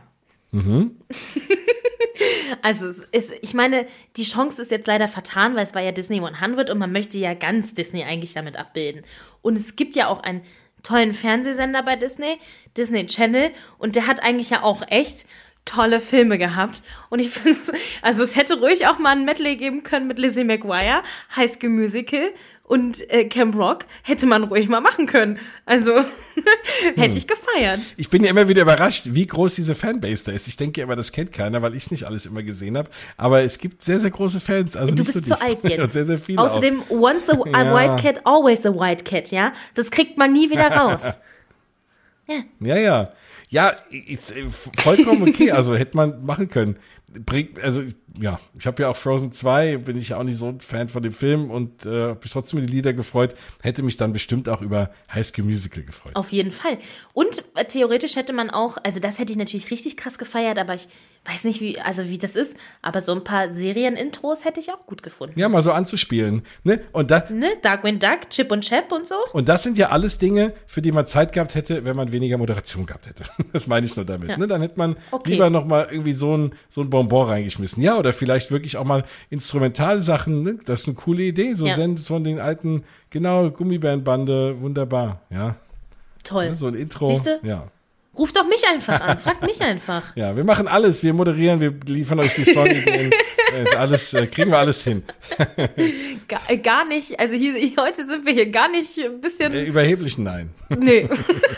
Also es ist, ich meine, die Chance ist jetzt leider vertan, weil es war ja Disney hundert und man möchte ja ganz Disney eigentlich damit abbilden. Und es gibt ja auch einen tollen Fernsehsender bei Disney, Disney Channel, und der hat eigentlich ja auch echt tolle Filme gehabt. Und ich finde es, also es hätte ruhig auch mal ein Medley geben können mit Lizzie McGuire, High School Musical und äh, Camp Rock. Hätte man ruhig mal machen können. Also hätte ich gefeiert. Ich bin ja immer wieder überrascht, wie groß diese Fanbase da ist. Ich denke immer, das kennt keiner, weil ich es nicht alles immer gesehen habe. Aber es gibt sehr, sehr große Fans. Also Du nicht bist so zu alt jetzt. Und sehr, sehr viele Außerdem, once a, a Ja. white cat, always a white cat, ja? Das kriegt man nie wieder raus. auch. Ja, ja. Ja, ist äh, vollkommen okay. Also hätte man machen können. Bringt, also ja, ich habe ja auch Frozen zwei, bin ich ja auch nicht so ein Fan von dem Film und äh, habe mich trotzdem über die Lieder gefreut. Hätte mich dann bestimmt auch über High School Musical gefreut. Auf jeden Fall. Und äh, theoretisch hätte man auch, also das hätte ich natürlich richtig krass gefeiert, aber ich weiß nicht, wie, also wie das ist, aber so ein paar Serien-Intros hätte ich auch gut gefunden. Ja, mal so anzuspielen. Ne? Und das, Ne? Darkwing Duck, Chip und Chap und so. Und das sind ja alles Dinge, für die man Zeit gehabt hätte, wenn man weniger Moderation gehabt hätte. Das meine ich nur damit. Ja. Ne? Dann hätte man Okay. lieber noch mal irgendwie so ein, so ein Bonbon reingeschmissen. Ja, oder vielleicht wirklich auch mal Instrumentalsachen. Ne? Das ist eine coole Idee. So Ja. Send von den alten, genau, Gummibärenbande. Wunderbar. Ja, Toll. ne? So ein Intro. Siehste? Ja. Ruf doch mich einfach an, frag mich einfach. Ja, wir machen alles. Wir moderieren, wir liefern euch die Songideen. äh, alles, äh, kriegen wir alles hin. Gar, äh, gar nicht, also hier, hier, heute sind wir hier gar nicht ein bisschen, Äh, überheblich nein. nee.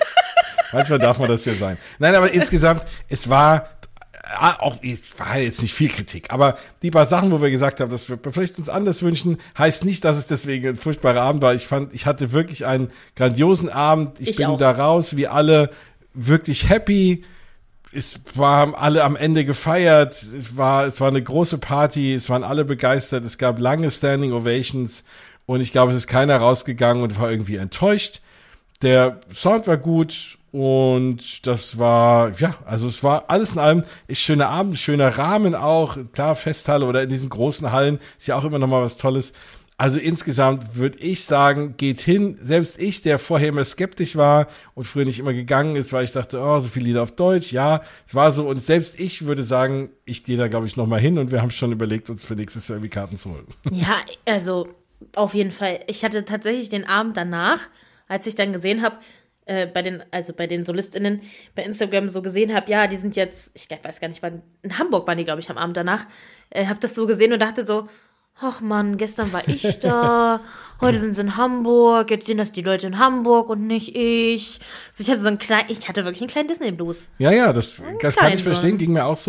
Manchmal darf man das ja sein. Nein, aber insgesamt, es war ah, auch, es war jetzt nicht viel Kritik, aber die paar Sachen, wo wir gesagt haben, dass wir vielleicht uns anders wünschen, heißt nicht, dass es deswegen ein furchtbarer Abend war. Ich fand, ich hatte wirklich einen grandiosen Abend. Ich, Ich bin auch. da raus, wie alle wirklich happy. Es waren alle am Ende gefeiert. Es war, es war eine große Party. Es waren alle begeistert. Es gab lange Standing Ovations. Und ich glaube, es ist keiner rausgegangen und war irgendwie enttäuscht. Der Sound war gut und das war, ja, also es war alles in allem ist schöner Abend, schöner Rahmen auch. Klar, Festhalle oder in diesen großen Hallen ist ja auch immer noch mal was Tolles. Also insgesamt würde ich sagen, geht hin. Selbst ich, der vorher immer skeptisch war und früher nicht immer gegangen ist, weil ich dachte, oh, so viele Lieder auf Deutsch. Ja, es war so. Und selbst ich würde sagen, ich gehe da, glaube ich, noch mal hin. Und wir haben schon überlegt, uns für nächstes Jahr irgendwie Karten zu holen. Ja, also auf jeden Fall. Ich hatte tatsächlich den Abend danach, als ich dann gesehen habe, äh, bei den, also bei den SolistInnen bei Instagram so gesehen habe, ja, die sind jetzt, ich weiß gar nicht, wann, in Hamburg waren die, glaube ich, am Abend danach, äh, habe das so gesehen und dachte so, ach Mann, gestern war ich da, heute sind sie in Hamburg, jetzt sehen das die Leute in Hamburg und nicht ich. Also ich hatte so einen kleinen, ich hatte wirklich einen kleinen Disney-Blues. Ja, ja, das, das kann klein ich so. verstehen, ging mir auch so.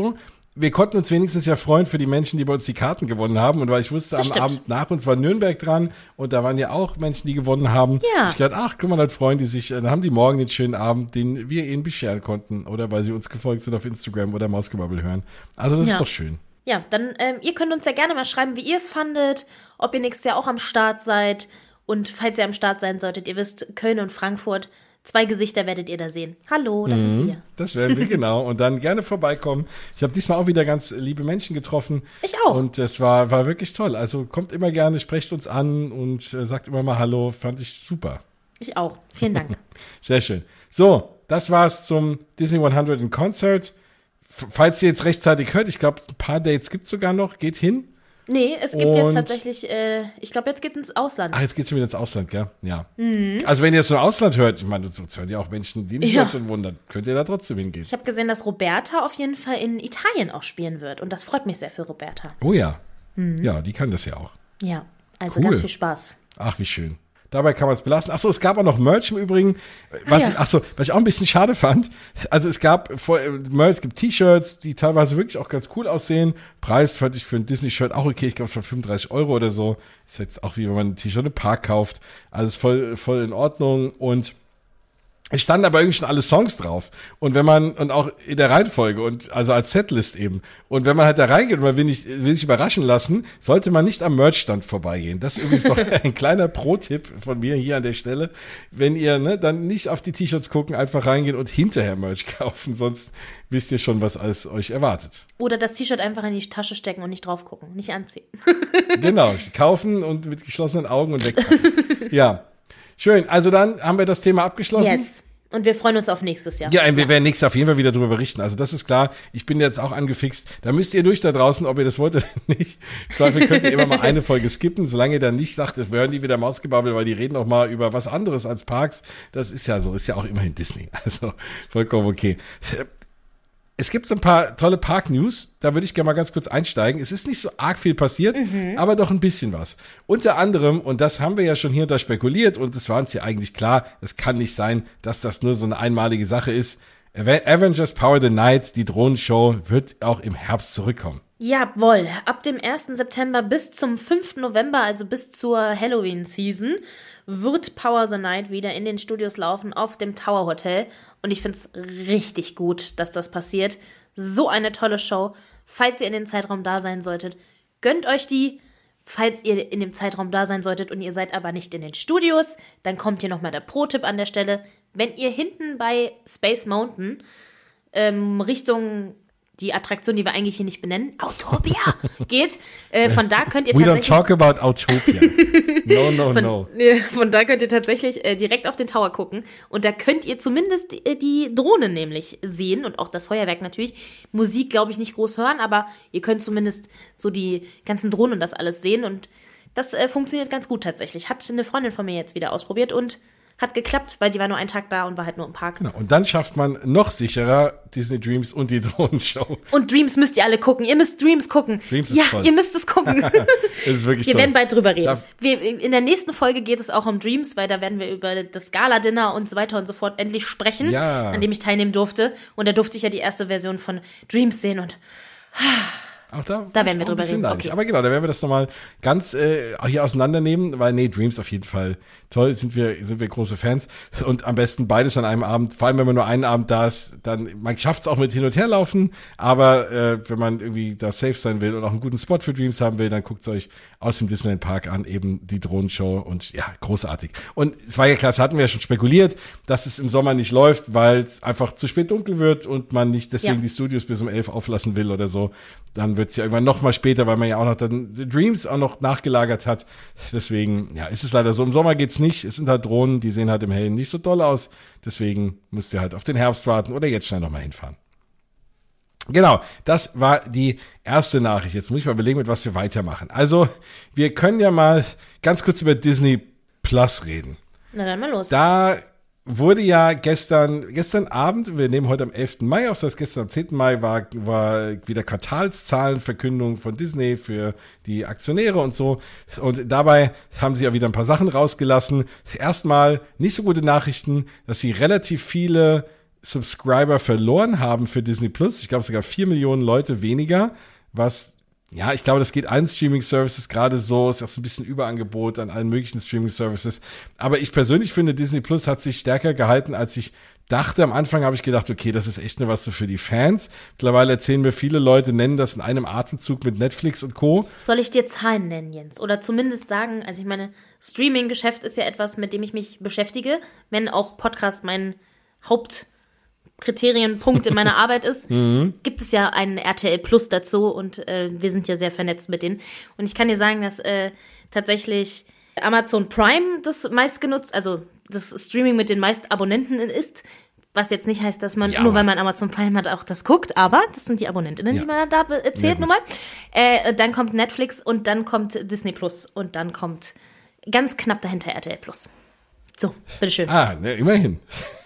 wir konnten uns wenigstens ja freuen für die Menschen, die bei uns die Karten gewonnen haben. Und weil ich wusste, Das am stimmt. Abend nach uns war Nürnberg dran und da waren ja auch Menschen, die gewonnen haben. Ja. Ich dachte, ach, guck mal, dann freuen die sich, dann haben die morgen den schönen Abend, den wir ihnen bescheren konnten. Oder weil sie uns gefolgt sind auf Instagram oder Mausgebabbel hören. Also das Ja. ist doch schön. Ja, dann, ähm, ihr könnt uns ja gerne mal schreiben, wie ihr es fandet, ob ihr nächstes Jahr auch am Start seid. Und falls ihr am Start sein solltet, ihr wisst, Köln und Frankfurt, zwei Gesichter werdet ihr da sehen. Hallo, das sind wir. Das werden wir, genau. Und dann gerne vorbeikommen. Ich habe diesmal auch wieder ganz liebe Menschen getroffen. Ich auch. Und es war, war wirklich toll. Also kommt immer gerne, sprecht uns an und äh, sagt immer mal Hallo. Fand ich super. Ich auch. Vielen Dank. Sehr schön. So, das war's zum Disney hundert in Concert. F- Falls ihr jetzt rechtzeitig hört, ich glaube, ein paar Dates gibt's sogar noch. Geht hin. Nee, es gibt jetzt Und- tatsächlich, äh, ich glaube, jetzt geht ins Ausland. Ach, jetzt geht's schon wieder ins Ausland, gell? Ja. Also wenn ihr es im Ausland hört, ich meine, das hören ja auch Menschen, die nicht Ja. Deutschland wohnen, dann könnt ihr da trotzdem hingehen. Ich habe gesehen, dass Roberta auf jeden Fall in Italien auch spielen wird. Und das freut mich sehr für Roberta. Oh ja. Ja, die kann das ja auch. Ja, also Cool. ganz viel Spaß. Ach, wie schön. Dabei kann man es belassen. Achso, es gab auch noch Merch im Übrigen. Was Ah, ja. ich, achso, was ich auch ein bisschen schade fand. Also es gab vor, Merch, es gibt T-Shirts, die teilweise wirklich auch ganz cool aussehen. Preis fand ich für ein Disney-Shirt auch okay. Ich glaube, es war fünfunddreißig Euro oder so. Ist jetzt auch wie wenn man ein T-Shirt im Park kauft. Alles voll, voll in Ordnung. Und es standen aber irgendwie schon alle Songs drauf. Und wenn man, und auch in der Reihenfolge und also als Setlist eben. Und wenn man halt da reingeht und man will, nicht, will sich überraschen lassen, sollte man nicht am Merchstand vorbeigehen. Das ist übrigens noch ein kleiner Pro-Tipp von mir hier an der Stelle. Wenn ihr ne, dann nicht auf die T-Shirts gucken, einfach reingehen und hinterher Merch kaufen. Sonst wisst ihr schon, was alles euch erwartet. Oder das T-Shirt einfach in die Tasche stecken und nicht drauf gucken, nicht anziehen. Genau, kaufen und mit geschlossenen Augen und wegpacken. Ja, schön. Also dann haben wir das Thema abgeschlossen. Yes. Und wir freuen uns auf nächstes Jahr. Ja, wir werden nächstes Jahr auf jeden Fall wieder drüber berichten. Also das ist klar. Ich bin jetzt auch angefixt. Da müsst ihr durch da draußen, ob ihr das wollt oder nicht. Im Zweifel könnt ihr immer mal eine Folge skippen, solange ihr dann nicht sagt, wir hören die wieder Mausgebabbel, weil die reden auch mal über was anderes als Parks. Das ist ja so, ist ja auch immerhin Disney. Also vollkommen okay. Es gibt so ein paar tolle Park-News, da würde ich gerne mal ganz kurz einsteigen. Es ist nicht so arg viel passiert, mhm. aber doch ein bisschen was. Unter anderem, und das haben wir ja schon hier und da spekuliert, und es war uns ja eigentlich klar, es kann nicht sein, dass das nur so eine einmalige Sache ist. Avengers Power the Night, die Drohnenshow, wird auch im Herbst zurückkommen. Jawohl, ab dem ersten September bis zum fünften November, also bis zur Halloween-Season, wird Power the Night wieder in den Studios laufen auf dem Tower Hotel. Und ich finde es richtig gut, dass das passiert. So eine tolle Show. Falls ihr in dem Zeitraum da sein solltet, gönnt euch die. Falls ihr in dem Zeitraum da sein solltet und ihr seid aber nicht in den Studios, dann kommt hier nochmal der Pro-Tipp an der Stelle. Wenn ihr hinten bei Space Mountain ähm, Richtung die Attraktion, die wir eigentlich hier nicht benennen, Autopia, geht, äh, von da könnt ihr We tatsächlich... don't talk about Autopia. No, no, von, no. äh, Von da könnt ihr tatsächlich äh, direkt auf den Tower gucken und da könnt ihr zumindest äh, die Drohne nämlich sehen und auch das Feuerwerk natürlich. Musik, glaube ich, nicht groß hören, aber ihr könnt zumindest so die ganzen Drohnen und das alles sehen und das äh, funktioniert ganz gut tatsächlich. Hat eine Freundin von mir jetzt wieder ausprobiert und hat geklappt, weil die war nur einen Tag da und war halt nur im Park. Genau. Und dann schafft man noch sicherer Disney Dreams und die Drohnenshow. Und Dreams müsst ihr alle gucken. Ihr müsst Dreams gucken. Dreams ist ja, toll. ihr müsst es gucken. Das ist wirklich Wir toll. werden bald drüber reden. Darf- Wir, in der nächsten Folge geht es auch um Dreams, weil da werden wir über das Gala-Dinner und so weiter und so fort endlich sprechen, Ja. an dem ich teilnehmen durfte. Und da durfte ich ja die erste Version von Dreams sehen und Auch da, Da bin werden ich wir auch ein drüber bisschen reden, neidisch. okay. Aber genau, da werden wir das nochmal ganz äh, hier auseinandernehmen, weil nee, Dreams auf jeden Fall toll, sind wir sind wir große Fans und am besten beides an einem Abend, vor allem wenn man nur einen Abend da ist, dann, man schafft es auch mit hin und her laufen, aber äh, wenn man irgendwie da safe sein will und auch einen guten Spot für Dreams haben will, dann guckt es euch aus dem Disneyland Park an, eben die Drohnenshow und ja, großartig. Und es war ja klar, das hatten wir ja schon spekuliert, dass es im Sommer nicht läuft, weil es einfach zu spät dunkel wird und man nicht deswegen Ja. die Studios bis um elf auflassen will oder so. Dann wird es ja irgendwann noch mal später, weil man ja auch noch dann Dreams auch noch nachgelagert hat. Deswegen, ja, ist es leider so. Im Sommer geht's nicht. Es sind halt Drohnen, die sehen halt im Hellen nicht so toll aus. Deswegen müsst ihr halt auf den Herbst warten oder jetzt schnell noch mal hinfahren. Genau, das war die erste Nachricht. Jetzt muss ich mal überlegen, mit was wir weitermachen. Also, wir können ja mal ganz kurz über Disney Plus reden. na dann mal los. Da wurde ja gestern, gestern Abend, wir nehmen heute am elften Mai auf, das heißt gestern am zehnten Mai war, war wieder Quartalszahlenverkündung von Disney für die Aktionäre und so. Und dabei haben sie ja wieder ein paar Sachen rausgelassen. Erstmal nicht so gute Nachrichten, dass sie relativ viele Subscriber verloren haben für Disney Plus. Ich glaube sogar vier Millionen Leute weniger, was, ja, ich glaube, das geht allen Streaming-Services gerade so, ist auch so ein bisschen Überangebot an allen möglichen Streaming-Services. Aber ich persönlich finde, Disney Plus hat sich stärker gehalten, als ich dachte. Am Anfang habe ich gedacht, okay, das ist echt nur was so für die Fans. Mittlerweile erzählen mir viele Leute, nennen das in einem Atemzug mit Netflix und Co. Soll ich dir Zahlen nennen, Jens? Oder zumindest sagen, also ich meine, Streaming-Geschäft ist ja etwas, mit dem ich mich beschäftige, wenn auch Podcast mein Hauptkriterienpunkt in meiner Arbeit ist, mhm. gibt es ja einen R T L Plus dazu und äh, wir sind ja sehr vernetzt mit denen. Und ich kann dir sagen, dass äh, tatsächlich Amazon Prime das meistgenutzt, also das Streaming mit den meisten Abonnenten ist, was jetzt nicht heißt, dass man, ja, nur weil man Amazon Prime hat, auch das guckt, aber das sind die Abonnentinnen, ja, die man da erzählt, ja, nun mal. Äh, dann kommt Netflix und dann kommt Disney Plus und dann kommt ganz knapp dahinter R T L Plus. So, bitteschön. Ah, ne, immerhin.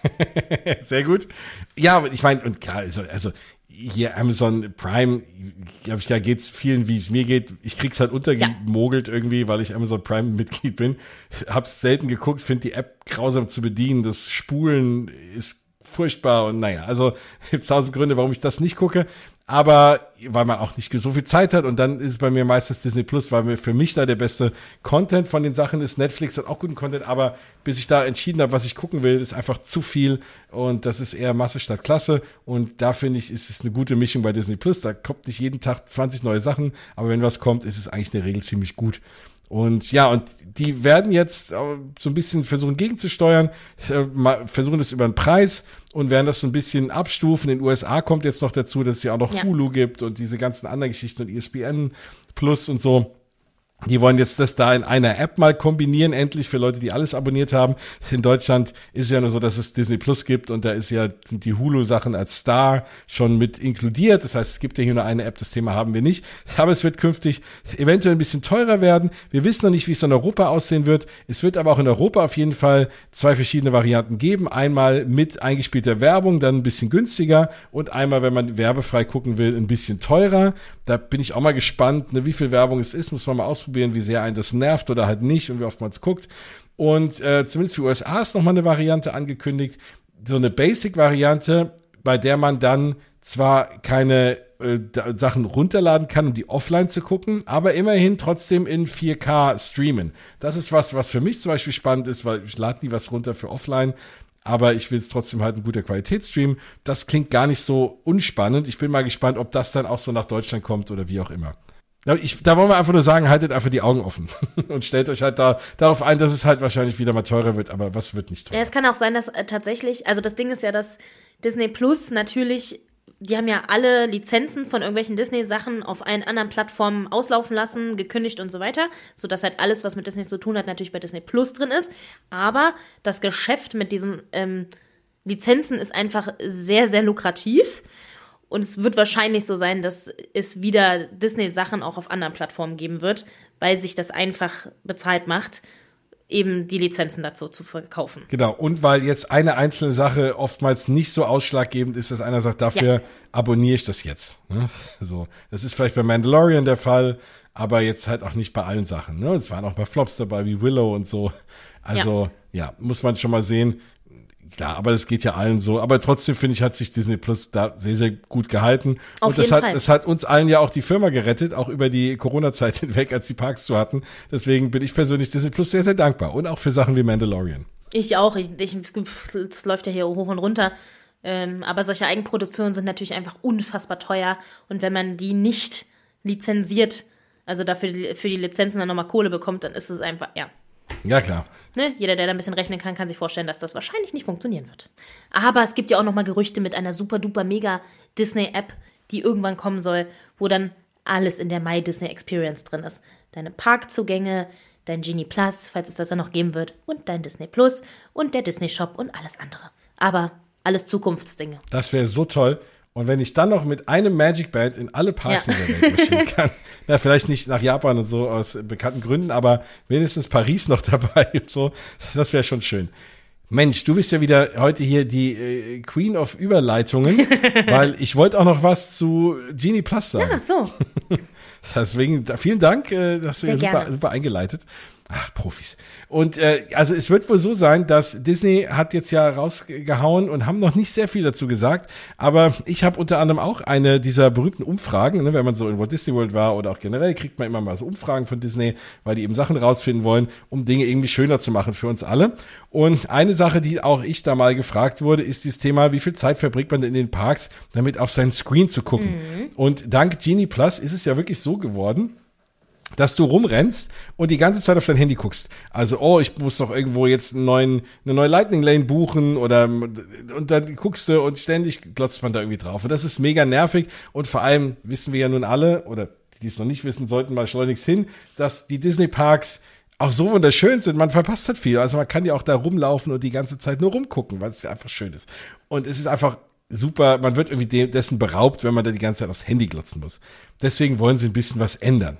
Sehr gut. Ja, aber ich meine, und klar, also, also hier Amazon Prime, glaube ich, da geht's vielen, wie es mir geht. Ich krieg's halt untergemogelt, ja, irgendwie, weil ich Amazon Prime Mitglied bin. Hab's selten geguckt, finde die App grausam zu bedienen. Das Spulen ist furchtbar und naja, also gibt's tausend Gründe, warum ich das nicht gucke. Aber weil man auch nicht so viel Zeit hat und dann ist es bei mir meistens Disney Plus, weil mir für mich da der beste Content von den Sachen ist. Netflix hat auch guten Content, aber bis ich da entschieden habe, was ich gucken will, ist einfach zu viel und das ist eher Masse statt Klasse und da finde ich, ist es eine gute Mischung bei Disney Plus. Da kommt nicht jeden Tag zwanzig neue Sachen, aber wenn was kommt, ist es eigentlich in der Regel ziemlich gut. Und ja, und die werden jetzt so ein bisschen versuchen gegenzusteuern, versuchen das über den Preis und werden das so ein bisschen abstufen. In den U S A kommt jetzt noch dazu, dass es ja auch noch, ja, Hulu gibt und diese ganzen anderen Geschichten und E S P N Plus und so. Die wollen jetzt das da in einer App mal kombinieren, endlich für Leute, die alles abonniert haben. In Deutschland ist es ja nur so, dass es Disney Plus gibt und da ist ja, sind die Hulu-Sachen als Star schon mit inkludiert. Das heißt, es gibt ja hier nur eine App, das Thema haben wir nicht. Aber es wird künftig eventuell ein bisschen teurer werden. Wir wissen noch nicht, wie es in Europa aussehen wird. Es wird aber auch in Europa auf jeden Fall zwei verschiedene Varianten geben. Einmal mit eingespielter Werbung, dann ein bisschen günstiger und einmal, wenn man werbefrei gucken will, ein bisschen teurer. Da bin ich auch mal gespannt, ne, wie viel Werbung es ist, muss man mal ausprobieren, wie sehr einen das nervt oder halt nicht und wie oft man es guckt. Und äh, zumindest für U S A ist nochmal eine Variante angekündigt, so eine Basic-Variante, bei der man dann zwar keine äh, Sachen runterladen kann, um die offline zu gucken, aber immerhin trotzdem in vier K streamen. Das ist was, was für mich zum Beispiel spannend ist, weil ich lade nie was runter für offline, aber ich will es trotzdem halt in guter Qualität streamen. Das klingt gar nicht so unspannend. Ich bin mal gespannt, ob das dann auch so nach Deutschland kommt oder wie auch immer. Ich, da wollen wir einfach nur sagen, haltet einfach die Augen offen und stellt euch halt da darauf ein, dass es halt wahrscheinlich wieder mal teurer wird, aber was wird nicht teurer? Ja, es kann auch sein, dass äh, tatsächlich, also das Ding ist ja, dass Disney Plus natürlich, die haben ja alle Lizenzen von irgendwelchen Disney-Sachen auf allen anderen Plattformen auslaufen lassen, gekündigt und so weiter, sodass halt alles, was mit Disney zu tun hat, natürlich bei Disney Plus drin ist, aber das Geschäft mit diesen ähm, Lizenzen ist einfach sehr, sehr lukrativ. Und es wird wahrscheinlich so sein, dass es wieder Disney-Sachen auch auf anderen Plattformen geben wird, weil sich das einfach bezahlt macht, eben die Lizenzen dazu zu verkaufen. Genau, und weil jetzt eine einzelne Sache oftmals nicht so ausschlaggebend ist, dass einer sagt, dafür ja. abonniere ich das jetzt. Ne? So, das ist vielleicht bei Mandalorian der Fall, aber jetzt halt auch nicht bei allen Sachen. Ne? Es waren auch bei Flops dabei, wie Willow und so. Also, ja, ja muss man schon mal sehen. Klar, aber das geht ja allen so. Aber trotzdem, finde ich, hat sich Disney Plus da sehr, sehr gut gehalten. Auf und das jeden hat, Fall. das hat uns allen ja auch die Firma gerettet, auch über die Corona-Zeit hinweg, als die Parks zu hatten. Deswegen bin ich persönlich Disney Plus sehr, sehr dankbar. Und auch für Sachen wie Mandalorian. Ich auch. Ich, ich, es läuft ja hier hoch und runter. Ähm, aber solche Eigenproduktionen sind natürlich einfach unfassbar teuer. Und wenn man die nicht lizenziert, also dafür für die Lizenzen dann nochmal Kohle bekommt, dann ist es einfach, ja. Ja, klar. Ne? Jeder, der da ein bisschen rechnen kann, kann sich vorstellen, dass das wahrscheinlich nicht funktionieren wird. Aber es gibt ja auch noch mal Gerüchte mit einer super duper mega Disney-App, die irgendwann kommen soll, wo dann alles in der My Disney Experience drin ist. Deine Parkzugänge, dein Genie Plus, falls es das dann noch geben wird, und dein Disney Plus und der Disney Shop und alles andere. Aber alles Zukunftsdinge. Das wäre so toll. Und wenn ich dann noch mit einem Magic Band in alle Parks ja. in der Welt marschieren kann, na, vielleicht nicht nach Japan und so aus bekannten Gründen, aber wenigstens Paris noch dabei und so, das wäre schon schön. Mensch, du bist ja wieder heute hier die äh, Queen of Überleitungen, weil ich wollte auch noch was zu Genie Plus sagen. Ja, so. Deswegen, vielen Dank, äh, das hast du ja super, gerne. super eingeleitet. Ach, Profis. Und äh, also es wird wohl so sein, dass Disney hat jetzt ja rausgehauen und haben noch nicht sehr viel dazu gesagt, aber ich habe unter anderem auch eine dieser berühmten Umfragen, ne, wenn man so in Walt Disney World war oder auch generell, kriegt man immer mal so Umfragen von Disney, weil die eben Sachen rausfinden wollen, um Dinge irgendwie schöner zu machen für uns alle. Und eine Sache, die auch ich da mal gefragt wurde, ist dieses Thema, wie viel Zeit verbringt man in den Parks, damit auf seinen Screen zu gucken. Mhm. Und dank Genie Plus ist es ja wirklich so geworden, dass du rumrennst und die ganze Zeit auf dein Handy guckst. Also, oh, ich muss doch irgendwo jetzt einen neuen, eine neue Lightning Lane buchen oder, und dann guckst du und ständig glotzt man da irgendwie drauf. Und das ist mega nervig und vor allem wissen wir ja nun alle, oder die, die es noch nicht wissen, sollten mal schleunigst hin, dass die Disney-Parks auch so wunderschön sind, man verpasst halt viel. Also man kann ja auch da rumlaufen und die ganze Zeit nur rumgucken, weil es ja einfach schön ist. Und es ist einfach super, man wird irgendwie dessen beraubt, wenn man da die ganze Zeit aufs Handy glotzen muss. Deswegen wollen sie ein bisschen was ändern.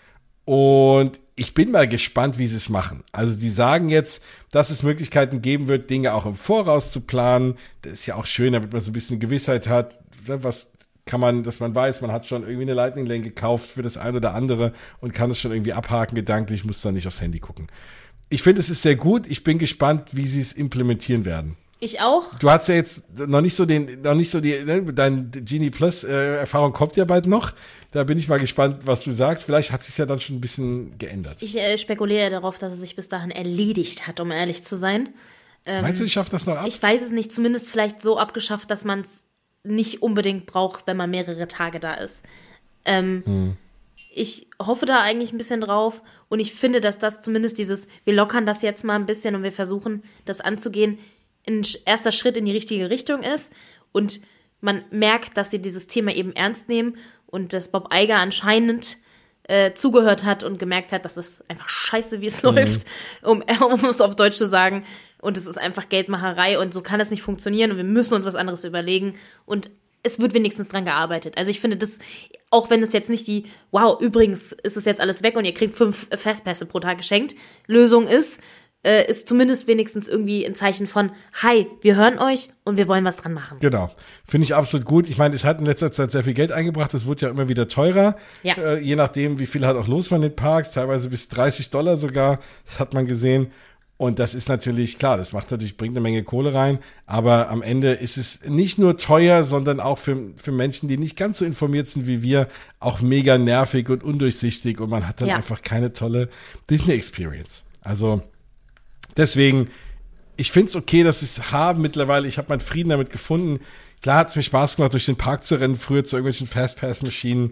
Und ich bin mal gespannt, wie sie es machen. Also die sagen jetzt, dass es Möglichkeiten geben wird, Dinge auch im Voraus zu planen. Das ist ja auch schön, damit man so ein bisschen Gewissheit hat. Was kann man, dass man weiß, man hat schon irgendwie eine Lightning Lane gekauft für das eine oder andere und kann es schon irgendwie abhaken gedanklich, muss dann nicht aufs Handy gucken. Ich finde, es ist sehr gut. Ich bin gespannt, wie sie es implementieren werden. Ich auch. Du hast ja jetzt noch nicht so den, noch nicht so die, ne, dein Genie Plus äh, Erfahrung kommt ja bald noch. Da bin ich mal gespannt, was du sagst. Vielleicht hat es sich ja dann schon ein bisschen geändert. Ich äh, spekuliere darauf, dass es sich bis dahin erledigt hat, um ehrlich zu sein. Ähm, Meinst du, ich schaffe das noch ab? Ich weiß es nicht. Zumindest vielleicht so abgeschafft, dass man es nicht unbedingt braucht, wenn man mehrere Tage da ist. Ähm, hm. Ich hoffe da eigentlich ein bisschen drauf. Und ich finde, dass das zumindest dieses, wir lockern das jetzt mal ein bisschen und wir versuchen, das anzugehen, ein erster Schritt in die richtige Richtung ist und man merkt, dass sie dieses Thema eben ernst nehmen und dass Bob Iger anscheinend äh, zugehört hat und gemerkt hat, dass es einfach scheiße, wie es mhm. läuft, um, um es auf Deutsch zu sagen, und es ist einfach Geldmacherei und so kann es nicht funktionieren und wir müssen uns was anderes überlegen und es wird wenigstens dran gearbeitet. Also ich finde das, auch wenn es jetzt nicht die, wow, übrigens ist es jetzt alles weg und ihr kriegt fünf Fastpässe pro Tag geschenkt, Lösung ist, Äh, ist zumindest wenigstens irgendwie ein Zeichen von, hi, wir hören euch und wir wollen was dran machen. Genau, finde ich absolut gut. Ich meine, es hat in letzter Zeit sehr viel Geld eingebracht, es wurde ja immer wieder teurer, ja. äh, je nachdem, wie viel halt auch los war in den Parks, teilweise bis dreißig Dollar sogar, das hat man gesehen. Und das ist natürlich, klar, das macht natürlich, bringt eine Menge Kohle rein, aber am Ende ist es nicht nur teuer, sondern auch für, für Menschen, die nicht ganz so informiert sind wie wir, auch mega nervig und undurchsichtig und man hat dann ja. einfach keine tolle Disney-Experience. Also deswegen, ich finde es okay, dass sie es haben mittlerweile. Ich habe meinen Frieden damit gefunden. Klar hat es mir Spaß gemacht, durch den Park zu rennen, früher zu irgendwelchen Fastpass-Maschinen.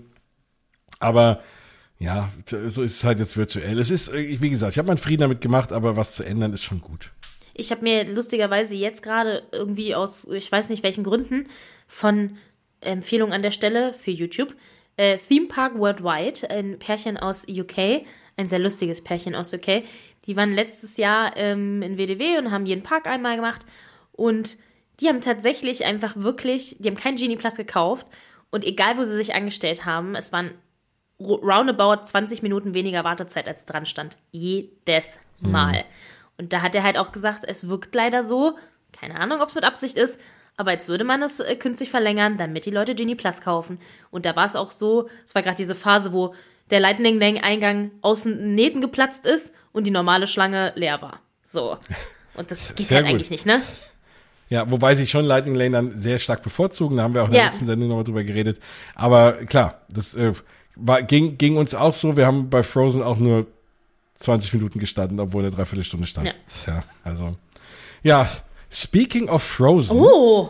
Aber ja, so ist es halt jetzt virtuell. Es ist, wie gesagt, ich habe meinen Frieden damit gemacht, aber was zu ändern ist schon gut. Ich habe mir lustigerweise jetzt gerade irgendwie aus, ich weiß nicht welchen Gründen, von Empfehlung an der Stelle für YouTube, äh, Theme Park Worldwide, ein Pärchen aus U K, ein sehr lustiges Pärchen aus U K. Die waren letztes Jahr ähm, in W D W und haben jeden Park einmal gemacht. Und die haben tatsächlich einfach wirklich, die haben kein Genie Plus gekauft. Und egal, wo sie sich angestellt haben, es waren roundabout zwanzig Minuten weniger Wartezeit, als dran stand. Jedes Mal. Mhm. Und da hat er halt auch gesagt, es wirkt leider so, keine Ahnung, ob es mit Absicht ist, aber als würde man es äh, künstlich verlängern, damit die Leute Genie Plus kaufen. Und da war es auch so, es war gerade diese Phase, wo der Lightning Lane Eingang außen Nähten geplatzt ist und die normale Schlange leer war. So. Und das geht halt eigentlich nicht, ne? Ja, wobei sie schon Lightning Lane dann sehr stark bevorzugen, da haben wir auch in der ja. letzten Sendung nochmal drüber geredet. Aber klar, das äh, war, ging, ging uns auch so, wir haben bei Frozen auch nur zwanzig Minuten gestanden, obwohl eine Dreiviertelstunde stand. Ja, ja also, ja, speaking of Frozen. Oh!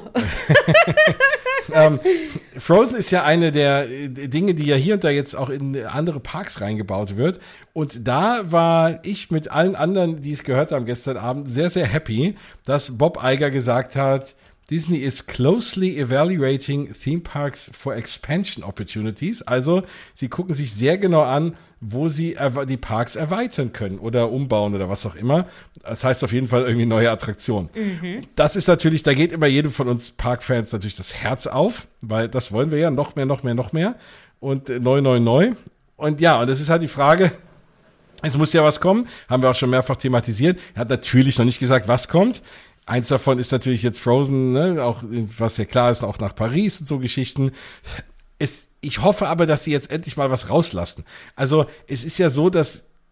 ähm, Frozen ist ja eine der Dinge, die ja hier und da jetzt auch in andere Parks reingebaut wird. Und da war ich mit allen anderen, die es gehört haben gestern Abend, sehr, sehr happy, dass Bob Iger gesagt hat, Disney is closely evaluating theme parks for expansion opportunities. Also sie gucken sich sehr genau an, wo sie die Parks erweitern können oder umbauen oder was auch immer. Das heißt auf jeden Fall irgendwie neue Attraktionen. Mhm. Das ist natürlich, da geht immer jedem von uns Parkfans natürlich das Herz auf, weil das wollen wir ja, noch mehr, noch mehr, noch mehr und neu, neu, neu. Und ja, und das ist halt die Frage, es muss ja was kommen, haben wir auch schon mehrfach thematisiert. Er hat natürlich noch nicht gesagt, was kommt. Eins davon ist natürlich jetzt Frozen, ne, auch was ja klar ist, auch nach Paris und so Geschichten. Es, ich hoffe aber, dass sie jetzt endlich mal was rauslassen. Also es ist ja so, dass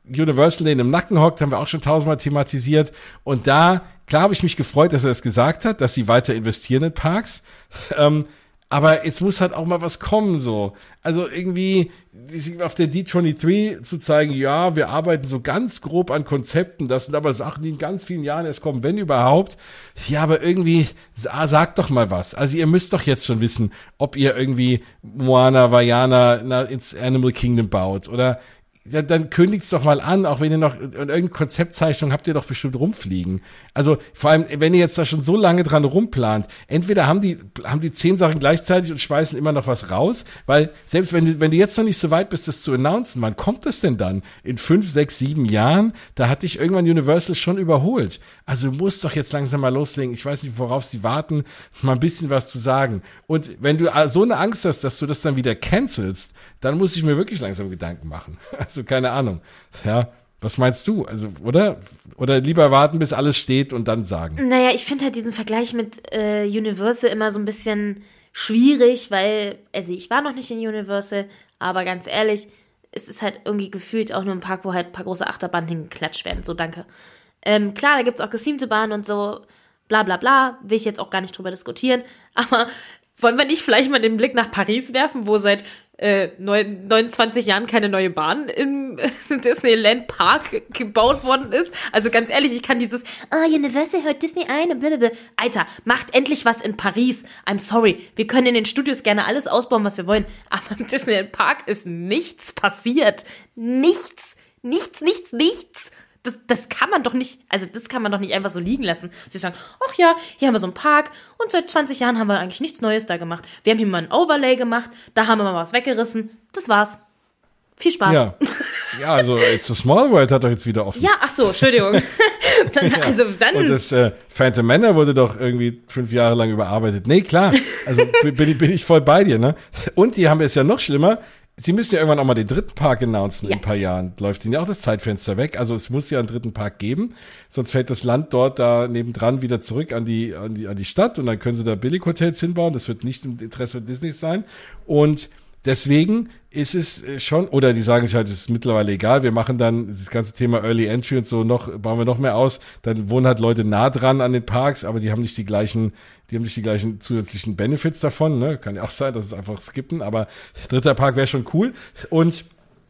Universal denen im Nacken hockt, haben wir auch schon tausendmal thematisiert. Und da, klar habe ich mich gefreut, dass er das gesagt hat, dass sie weiter investieren in Parks. Ähm, aber jetzt muss halt auch mal was kommen, so. Also irgendwie auf der D dreiundzwanzig zu zeigen, ja, wir arbeiten so ganz grob an Konzepten, das sind aber Sachen, die in ganz vielen Jahren erst kommen, wenn überhaupt. Ja, aber irgendwie, sagt doch mal was. Also ihr müsst doch jetzt schon wissen, ob ihr irgendwie Moana, Vaiana na, ins Animal Kingdom baut oder ja, dann kündigt's doch mal an, auch wenn ihr noch irgendeine Konzeptzeichnung habt, ihr doch bestimmt rumfliegen. Also vor allem, wenn ihr jetzt da schon so lange dran rumplant, entweder haben die haben die zehn Sachen gleichzeitig und schmeißen immer noch was raus, weil selbst wenn du, wenn du jetzt noch nicht so weit bist, das zu announcen, wann kommt das denn dann? In fünf, sechs, sieben Jahren? Da hat dich irgendwann Universal schon überholt. Also muss doch jetzt langsam mal loslegen. Ich weiß nicht, worauf sie warten, mal ein bisschen was zu sagen. Und wenn du so eine Angst hast, dass du das dann wieder cancelst, dann muss ich mir wirklich langsam Gedanken machen. Also keine Ahnung. Ja, was meinst du? Also, oder? Oder lieber warten, bis alles steht und dann sagen? Naja, ich finde halt diesen Vergleich mit äh, Universal immer so ein bisschen schwierig, weil, also ich war noch nicht in Universal, aber ganz ehrlich, es ist halt irgendwie gefühlt auch nur ein Park, wo halt ein paar große Achterbahnen hingeklatscht werden. So, danke. Ähm, klar, da gibt's auch gethemte Bahnen und so, bla bla bla, will ich jetzt auch gar nicht drüber diskutieren, aber wollen wir nicht vielleicht mal den Blick nach Paris werfen, wo seit äh, neunundzwanzig Jahren keine neue Bahn im Disneyland Park gebaut worden ist? Also ganz ehrlich, ich kann dieses, ah, oh, Universal hört Disney ein und blablabla. Alter, macht endlich was in Paris. I'm sorry, wir können in den Studios gerne alles ausbauen, was wir wollen, aber im Disneyland Park ist nichts passiert. Nichts, nichts, nichts, nichts. Das, das kann man doch nicht, also das kann man doch nicht einfach so liegen lassen. Sie sagen, ach ja, hier haben wir so einen Park und seit zwanzig Jahren haben wir eigentlich nichts Neues da gemacht. Wir haben hier mal ein Overlay gemacht, da haben wir mal was weggerissen. Das war's. Viel Spaß. Ja, ja also It's a Small World hat doch jetzt wieder offen. Ja, ach so, Entschuldigung. dann, ja. Also dann. Und das äh, Phantom Manor wurde doch irgendwie fünf Jahre lang überarbeitet. Nee, klar, also bin, ich, bin ich voll bei dir, ne? Und die haben es ja noch schlimmer. Sie müssen ja irgendwann auch mal den dritten Park announcen. Ja. In ein paar Jahren läuft ihnen ja auch das Zeitfenster weg. Also es muss ja einen dritten Park geben, sonst fällt das Land dort da nebendran wieder zurück an die an die an die Stadt und dann können sie da Billighotels hinbauen. Das wird nicht im Interesse von Disney sein. Und deswegen ist es schon, oder die sagen sich halt, es ist mittlerweile egal, wir machen dann das ganze Thema Early Entry und so noch, bauen wir noch mehr aus, dann wohnen halt Leute nah dran an den Parks, aber die haben nicht die gleichen, die haben nicht die gleichen zusätzlichen Benefits davon, ne, kann ja auch sein, dass es einfach skippen, aber dritter Park wäre schon cool und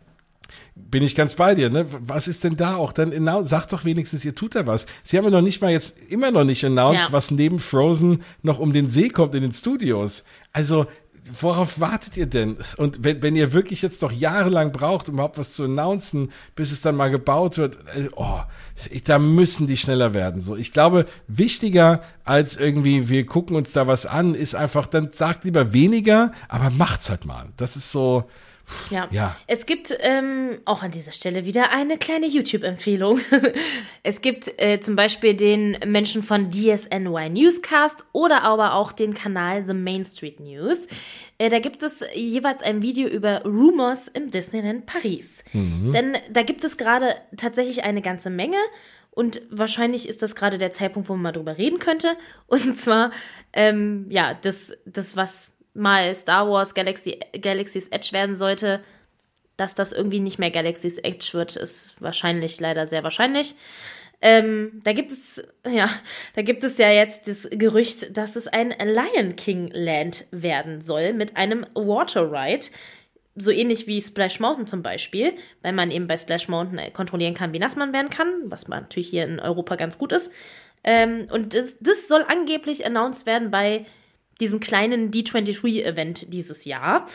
bin ich ganz bei dir, ne? Was ist denn da auch? Dann announce, sag doch wenigstens, ihr tut da was. Sie haben ja noch nicht mal jetzt, immer noch nicht announced, ja. was neben Frozen noch um den See kommt in den Studios. Also, worauf wartet ihr denn? Und wenn, wenn ihr wirklich jetzt noch jahrelang braucht, um überhaupt was zu announcen, bis es dann mal gebaut wird, oh, da müssen die schneller werden. So, ich glaube, wichtiger als irgendwie, wir gucken uns da was an, ist einfach, dann sagt lieber weniger, aber macht's halt mal. Das ist so. Ja. ja, es gibt ähm, auch an dieser Stelle wieder eine kleine YouTube-Empfehlung. Es gibt äh, zum Beispiel den Menschen von D S N Y Newscast oder aber auch den Kanal The Main Street News. Äh, da gibt es jeweils ein Video über Rumors im Disneyland Paris. Mhm. Denn da gibt es gerade tatsächlich eine ganze Menge. Und wahrscheinlich ist das gerade der Zeitpunkt, wo man mal drüber reden könnte. Und zwar, ähm, ja, das, das was mal Star Wars Galaxy, Galaxy's Edge werden sollte, dass das irgendwie nicht mehr Galaxy's Edge wird, ist wahrscheinlich, leider sehr wahrscheinlich. Ähm, da gibt es, ja, da gibt es ja jetzt das Gerücht, dass es ein Lion King Land werden soll mit einem Water Ride. So ähnlich wie Splash Mountain zum Beispiel, weil man eben bei Splash Mountain kontrollieren kann, wie nass man werden kann, was man natürlich hier in Europa ganz gut ist. Ähm, und das, das soll angeblich announced werden bei diesem kleinen D dreiundzwanzig-Event dieses Jahr.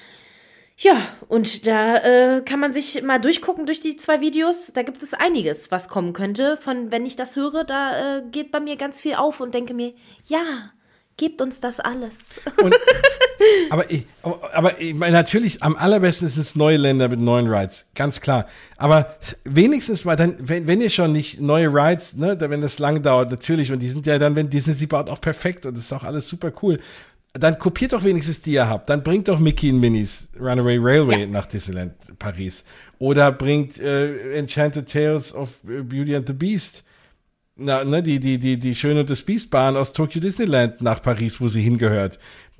Ja, und da äh, kann man sich mal durchgucken durch die zwei Videos. Da gibt es einiges, was kommen könnte. Von wenn ich das höre, da äh, geht bei mir ganz viel auf und denke mir, ja, gebt uns das alles. Und, aber ich, aber ich meine, natürlich, am allerbesten ist es neue Länder mit neuen Rides, ganz klar. Aber wenigstens mal dann, wenn, wenn ihr schon nicht neue Rides, ne, wenn das lang dauert, natürlich, und die sind ja dann, wenn Disney sie baut, auch perfekt und das ist auch alles super cool. Dann kopiert doch wenigstens die ihr habt. Dann bringt doch Mickey und Minnie's Runaway Railway ja. nach Disneyland Paris. Oder bringt äh, Enchanted Tales of Beauty and the Beast. Na, ne, die, die, die, die Schöne und das Biest-Bahn aus Tokyo Disneyland nach Paris, wo sie hingehört.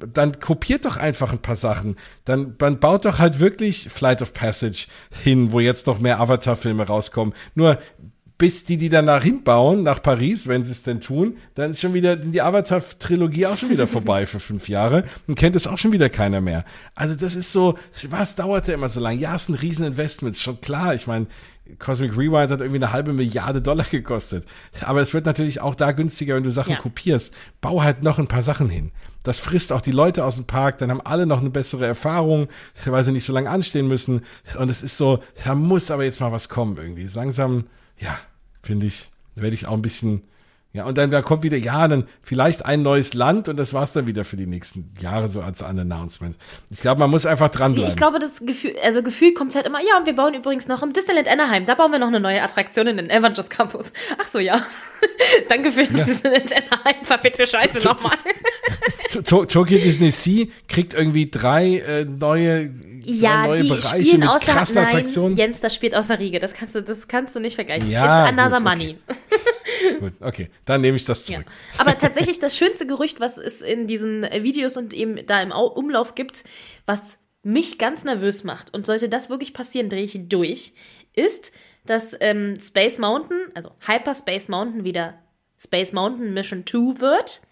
dann kopiert doch einfach ein paar Sachen. Dann, dann baut doch halt wirklich Flight of Passage hin, wo jetzt noch mehr Avatar-Filme rauskommen. Nur bis die die danach hinbauen, nach Paris, wenn sie es denn tun, dann ist schon wieder die Avatar-Trilogie auch schon wieder vorbei für fünf Jahre und kennt es auch schon wieder keiner mehr. Also das ist so, was dauerte immer so lange? Ja, es ist ein Rieseninvestment, ist schon klar. Ich meine, Cosmic Rewind hat irgendwie eine halbe Milliarde Dollar gekostet. Aber es wird natürlich auch da günstiger, wenn du Sachen ja. kopierst. Bau halt noch ein paar Sachen hin. Das frisst auch die Leute aus dem Park, dann haben alle noch eine bessere Erfahrung, weil sie nicht so lange anstehen müssen. Und es ist so, da muss aber jetzt mal was kommen irgendwie. Langsam, ja, finde ich, werde ich auch ein bisschen, ja, und dann da kommt wieder, ja, dann vielleicht ein neues Land und das war's dann wieder für die nächsten Jahre so als ein Announcement. Ich glaube, man muss einfach dranbleiben. Ich glaube, das Gefühl, also Gefühl kommt halt immer, ja, und wir bauen übrigens noch im Disneyland Anaheim, da bauen wir noch eine neue Attraktion in den Avengers Campus. Ach so, ja. Danke für das ja. Disneyland Anaheim, verfickte Scheiße nochmal. Tokyo Disney Sea kriegt irgendwie drei äh, neue Ja, neue die Bereiche spielen mit außer, krassen nein, Attraktionen. Jens, das spielt außer Riege. Das kannst du, das kannst du nicht vergleichen. Ja, It's another gut, money. Okay. Gut, okay. Dann nehme ich das zurück. Ja. Aber tatsächlich das schönste Gerücht, was es in diesen Videos und eben da im Umlauf gibt, was mich ganz nervös macht, und sollte das wirklich passieren, drehe ich durch, ist, dass ähm, Space Mountain, also Hyperspace Mountain wieder Space Mountain Mission zwei wird.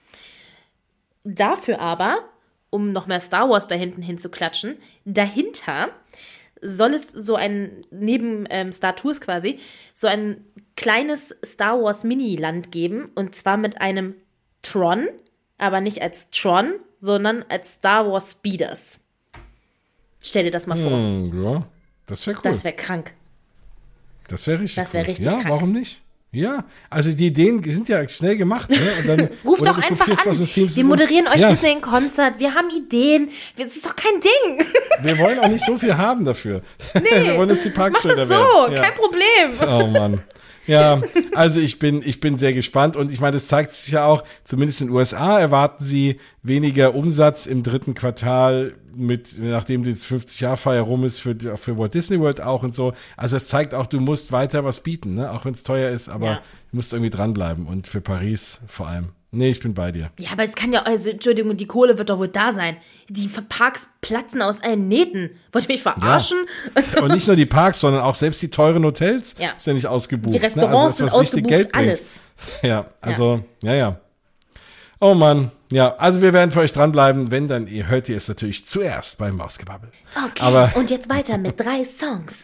Dafür aber, um noch mehr Star Wars da hinten hinzuklatschen, dahinter soll es so ein, neben ähm, Star Tours quasi, so ein kleines Star Wars Mini-Land geben, und zwar mit einem Tron, aber nicht als Tron, sondern als Star Wars Speeders. Stell dir das mal vor. Hm, ja, das wäre cool. Das wäre krank. Das wäre richtig Das wäre cool. richtig ja, krank. Ja, warum nicht? Ja, also die Ideen sind ja schnell gemacht. Ne? Und dann, Ruft doch einfach an. Wir moderieren euch ja. Disney in Konzert. Wir haben Ideen. Das ist doch kein Ding. Wir wollen auch nicht so viel haben dafür. Nee, wir wollen, dass die Parkschilder mach das so, werden. Ja. Kein Problem. Oh Mann. Ja, also ich bin, ich bin sehr gespannt, und ich meine, das zeigt sich ja auch, zumindest in den U S A erwarten sie weniger Umsatz im dritten Quartal, mit, nachdem die fünfzig-Jahr-Feier rum ist, für, für Walt Disney World auch und so. Also es zeigt auch, du musst weiter was bieten, ne? Auch wenn es teuer ist, aber ja. du musst irgendwie dranbleiben, und für Paris vor allem. Nee, ich bin bei dir. Ja, aber es kann ja, also Entschuldigung, die Kohle wird doch wohl da sein. Die Parks platzen aus allen Nähten. Wollt ihr mich verarschen? Ja. Und nicht nur die Parks, sondern auch selbst die teuren Hotels ja. sind ja nicht ausgebucht. Die Restaurants ne? also sind ausgebucht, alles. Ja, also, ja, ja. ja. Oh Mann, ja, also wir werden für euch dranbleiben. Wenn, dann ihr hört ihr es natürlich zuerst beim Mausgebabbel. Okay, aber und jetzt weiter mit drei Songs.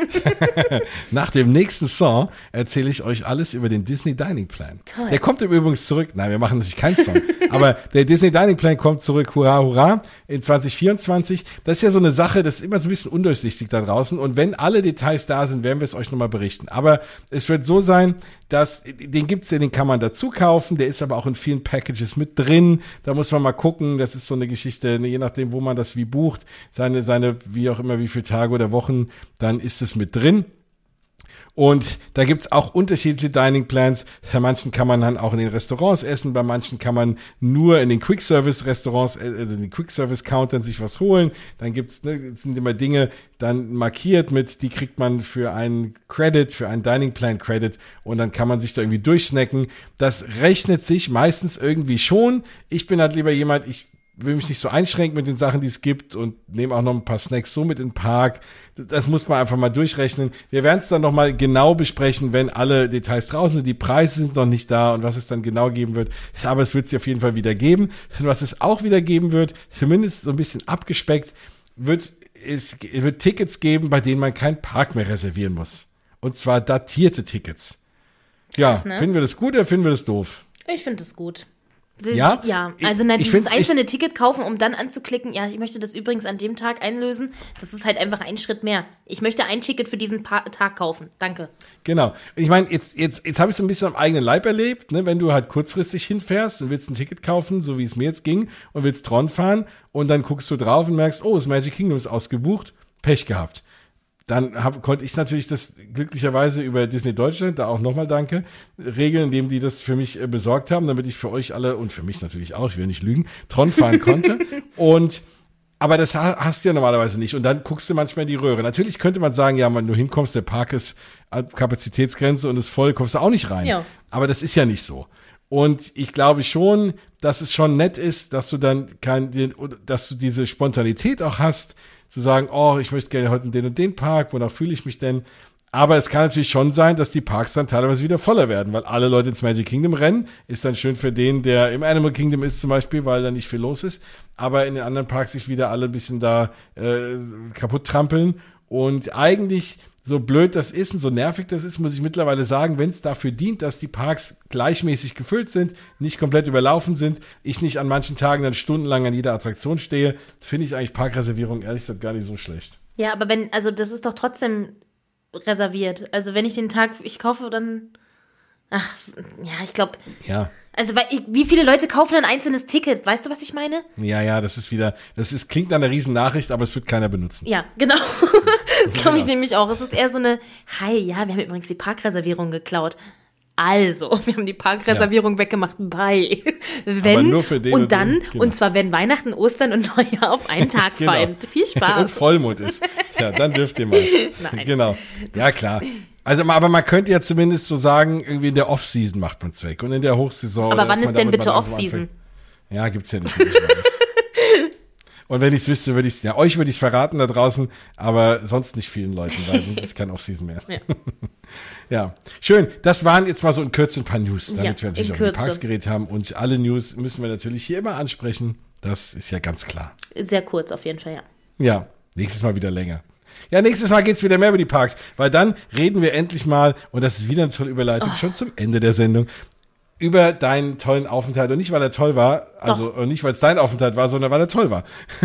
Nach dem nächsten Song erzähle ich euch alles über den Disney Dining Plan. Toll. Der kommt übrigens zurück. Nein, wir machen natürlich keinen Song. Aber der Disney Dining Plan kommt zurück, hurra, hurra, in zwanzig vierundzwanzig. Das ist ja so eine Sache, das ist immer so ein bisschen undurchsichtig da draußen. Und wenn alle Details da sind, werden wir es euch nochmal berichten. Aber es wird so sein, dass, den gibt's, den kann man dazu kaufen. Der ist aber auch in vielen Packages mit drin. Da muss man mal gucken. Das ist so eine Geschichte, je nachdem, wo man das wie bucht, seine, seine, wie auch immer, wie viele Tage oder Wochen, dann ist es mit drin. Und da gibt's auch unterschiedliche Dining Plans. Bei manchen kann man dann auch in den Restaurants essen, bei manchen kann man nur in den Quick-Service-Restaurants, also in den Quick-Service-Countern sich was holen. Dann gibt's, ne, sind immer Dinge dann markiert mit, die kriegt man für einen Credit, für einen Dining Plan Credit, und dann kann man sich da irgendwie durchsnacken. Das rechnet sich meistens irgendwie schon. Ich bin halt lieber jemand, ich will mich nicht so einschränken mit den Sachen, die es gibt, und nehme auch noch ein paar Snacks so mit in den Park. Das muss man einfach mal durchrechnen. Wir werden es dann noch mal genau besprechen, wenn alle Details draußen sind. Die Preise sind noch nicht da und was es dann genau geben wird. Aber es wird sie auf jeden Fall wieder geben. Und was es auch wieder geben wird, zumindest so ein bisschen abgespeckt, wird es wird Tickets geben, bei denen man keinen Park mehr reservieren muss. Und zwar datierte Tickets. Ja, Krass, ne? Finden wir das gut oder finden wir das doof? Ich finde das gut. Ja, ja, also na, dieses einzelne ich, Ticket kaufen, um dann anzuklicken, ja, ich möchte das übrigens an dem Tag einlösen, das ist halt einfach ein Schritt mehr. Ich möchte ein Ticket für diesen pa- Tag kaufen, danke. Genau, ich meine, jetzt, jetzt, jetzt habe ich es ein bisschen am eigenen Leib erlebt, ne? Wenn du halt kurzfristig hinfährst und willst ein Ticket kaufen, so wie es mir jetzt ging, und willst Tron fahren, und dann guckst du drauf und merkst, oh, das Magic Kingdom ist ausgebucht, Pech gehabt. Dann hab, konnte ich natürlich das glücklicherweise über Disney Deutschland, da auch nochmal danke, regeln, indem die das für mich äh, besorgt haben, damit ich für euch alle und für mich natürlich auch, ich will nicht lügen, Tron fahren konnte. Und aber das hast du ja normalerweise nicht. Und dann guckst du manchmal in die Röhre. Natürlich könnte man sagen, ja, wenn du hinkommst, der Park ist Kapazitätsgrenze und ist voll, kommst du auch nicht rein. Ja. Aber das ist ja nicht so. Und ich glaube schon, dass es schon nett ist, dass du dann kein, dass du diese Spontanität auch hast, zu sagen, oh, ich möchte gerne heute in den und den Park, wonach fühle ich mich denn? Aber es kann natürlich schon sein, dass die Parks dann teilweise wieder voller werden, weil alle Leute ins Magic Kingdom rennen. Ist dann schön für den, der im Animal Kingdom ist zum Beispiel, weil da nicht viel los ist. Aber in den anderen Parks sich wieder alle ein bisschen da äh, kaputt trampeln. Und eigentlich, so blöd das ist und so nervig das ist, muss ich mittlerweile sagen, wenn es dafür dient, dass die Parks gleichmäßig gefüllt sind, nicht komplett überlaufen sind, ich nicht an manchen Tagen dann stundenlang an jeder Attraktion stehe, finde ich eigentlich Parkreservierung ehrlich gesagt gar nicht so schlecht. Ja, aber wenn, also das ist doch trotzdem reserviert. Also wenn ich den Tag, ich kaufe, dann, ach, ja, ich glaube, ja. Also weil, wie viele Leute kaufen ein einzelnes Ticket? Weißt du, was ich meine? Ja, ja, das ist wieder, das ist, klingt nach einer Riesennachricht, aber es wird keiner benutzen. Ja, genau. Das glaube ich nämlich auch. Es ist eher so eine, hi, ja, wir haben übrigens die Parkreservierung geklaut. Also, wir haben die Parkreservierung ja. weggemacht. Bye. Wenn, aber nur für den und, und dann, den, genau. und zwar wenn Weihnachten, Ostern und Neujahr auf einen Tag genau. fallen. Viel Spaß. Und Vollmond ist. Ja, dann dürft ihr mal. Nein. Genau. Ja, klar. Also, aber man könnte ja zumindest so sagen, irgendwie in der Off-Season macht man es weg und in der Hochsaison. Aber wann ist denn bitte Off-Season? Ja, gibt's ja nicht. Und wenn ich es wüsste, würde ich es, ja, euch würde ich es verraten da draußen, aber sonst nicht vielen Leuten, weil sonst ist kein Off-Season mehr. Ja. Ja, schön. Das waren jetzt mal so in Kürze ein paar News, damit ja, wir natürlich auch die Parks geredet haben. Und alle News müssen wir natürlich hier immer ansprechen. Das ist ja ganz klar. Sehr kurz auf jeden Fall, ja. Ja, nächstes Mal wieder länger. Ja, nächstes Mal geht's wieder mehr über die Parks, weil dann reden wir endlich mal, und das ist wieder eine tolle Überleitung, oh. schon zum Ende der Sendung, über deinen tollen Aufenthalt. Und nicht, weil er toll war, also und nicht, weil es dein Aufenthalt war, sondern weil er toll war.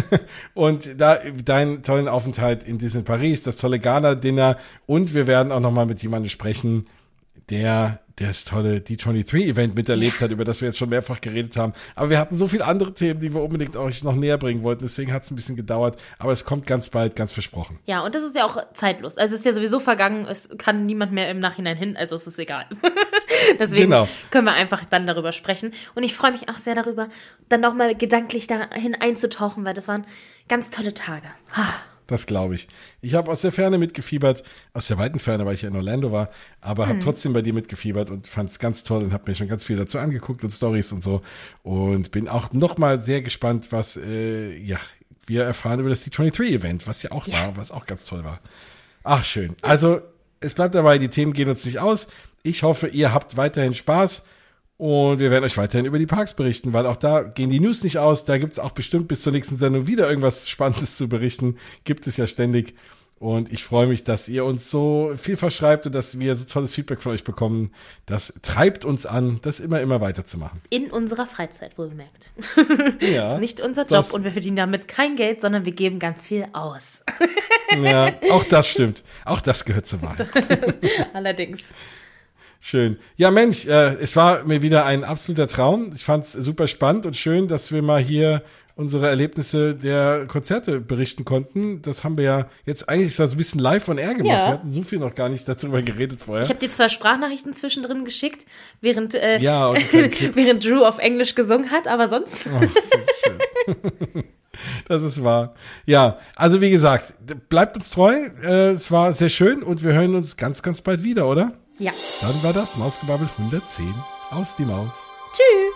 Und da deinen tollen Aufenthalt in Disney Paris, das tolle Gala-Dinner, und wir werden auch nochmal mit jemandem sprechen, der das tolle D dreiundzwanzig Event miterlebt ja. hat, über das wir jetzt schon mehrfach geredet haben. Aber wir hatten so viele andere Themen, die wir unbedingt euch noch näher bringen wollten. Deswegen hat es ein bisschen gedauert. Aber es kommt ganz bald, ganz versprochen. Ja, und das ist ja auch zeitlos. Also es ist ja sowieso vergangen. Es kann niemand mehr im Nachhinein hin. Also es ist egal. Deswegen genau. können wir einfach dann darüber sprechen. Und ich freue mich auch sehr darüber, dann nochmal gedanklich dahin einzutauchen, weil das waren ganz tolle Tage. Das glaube ich. Ich habe aus der Ferne mitgefiebert, aus der weiten Ferne, weil ich ja in Orlando war, aber hm. habe trotzdem bei dir mitgefiebert und fand es ganz toll und habe mir schon ganz viel dazu angeguckt und Stories und so und bin auch nochmal sehr gespannt, was äh, ja wir erfahren über das D dreiundzwanzig Event, was ja auch ja. war, was auch ganz toll war. Ach, schön. Also, es bleibt dabei, die Themen gehen uns nicht aus. Ich hoffe, ihr habt weiterhin Spaß. Und wir werden euch weiterhin über die Parks berichten, weil auch da gehen die News nicht aus. Da gibt's auch bestimmt bis zur nächsten Sendung wieder irgendwas Spannendes zu berichten. Gibt es ja ständig. Und ich freue mich, dass ihr uns so viel verschreibt und dass wir so tolles Feedback von euch bekommen. Das treibt uns an, das immer, immer weiterzumachen. In unserer Freizeit, wohlbemerkt. Ja, das ist nicht unser Job und wir verdienen damit kein Geld, sondern wir geben ganz viel aus. Ja, auch das stimmt. Auch das gehört zur Wahrheit. Allerdings. Schön. Ja, Mensch, äh, es war mir wieder ein absoluter Traum. Ich fand es super spannend und schön, dass wir mal hier unsere Erlebnisse der Konzerte berichten konnten. Das haben wir ja jetzt eigentlich so ein bisschen live on air gemacht. Ja. Wir hatten so viel noch gar nicht darüber geredet vorher. Ich habe dir zwei Sprachnachrichten zwischendrin geschickt, während, äh, ja, und während Drew auf Englisch gesungen hat, aber sonst. Oh, das ist schön. Das ist wahr. Ja, also wie gesagt, bleibt uns treu. Äh, es war sehr schön und wir hören uns ganz, ganz bald wieder, oder? Ja. Dann war das Mausgebabbel hundertzehn aus die Maus. Tschüss.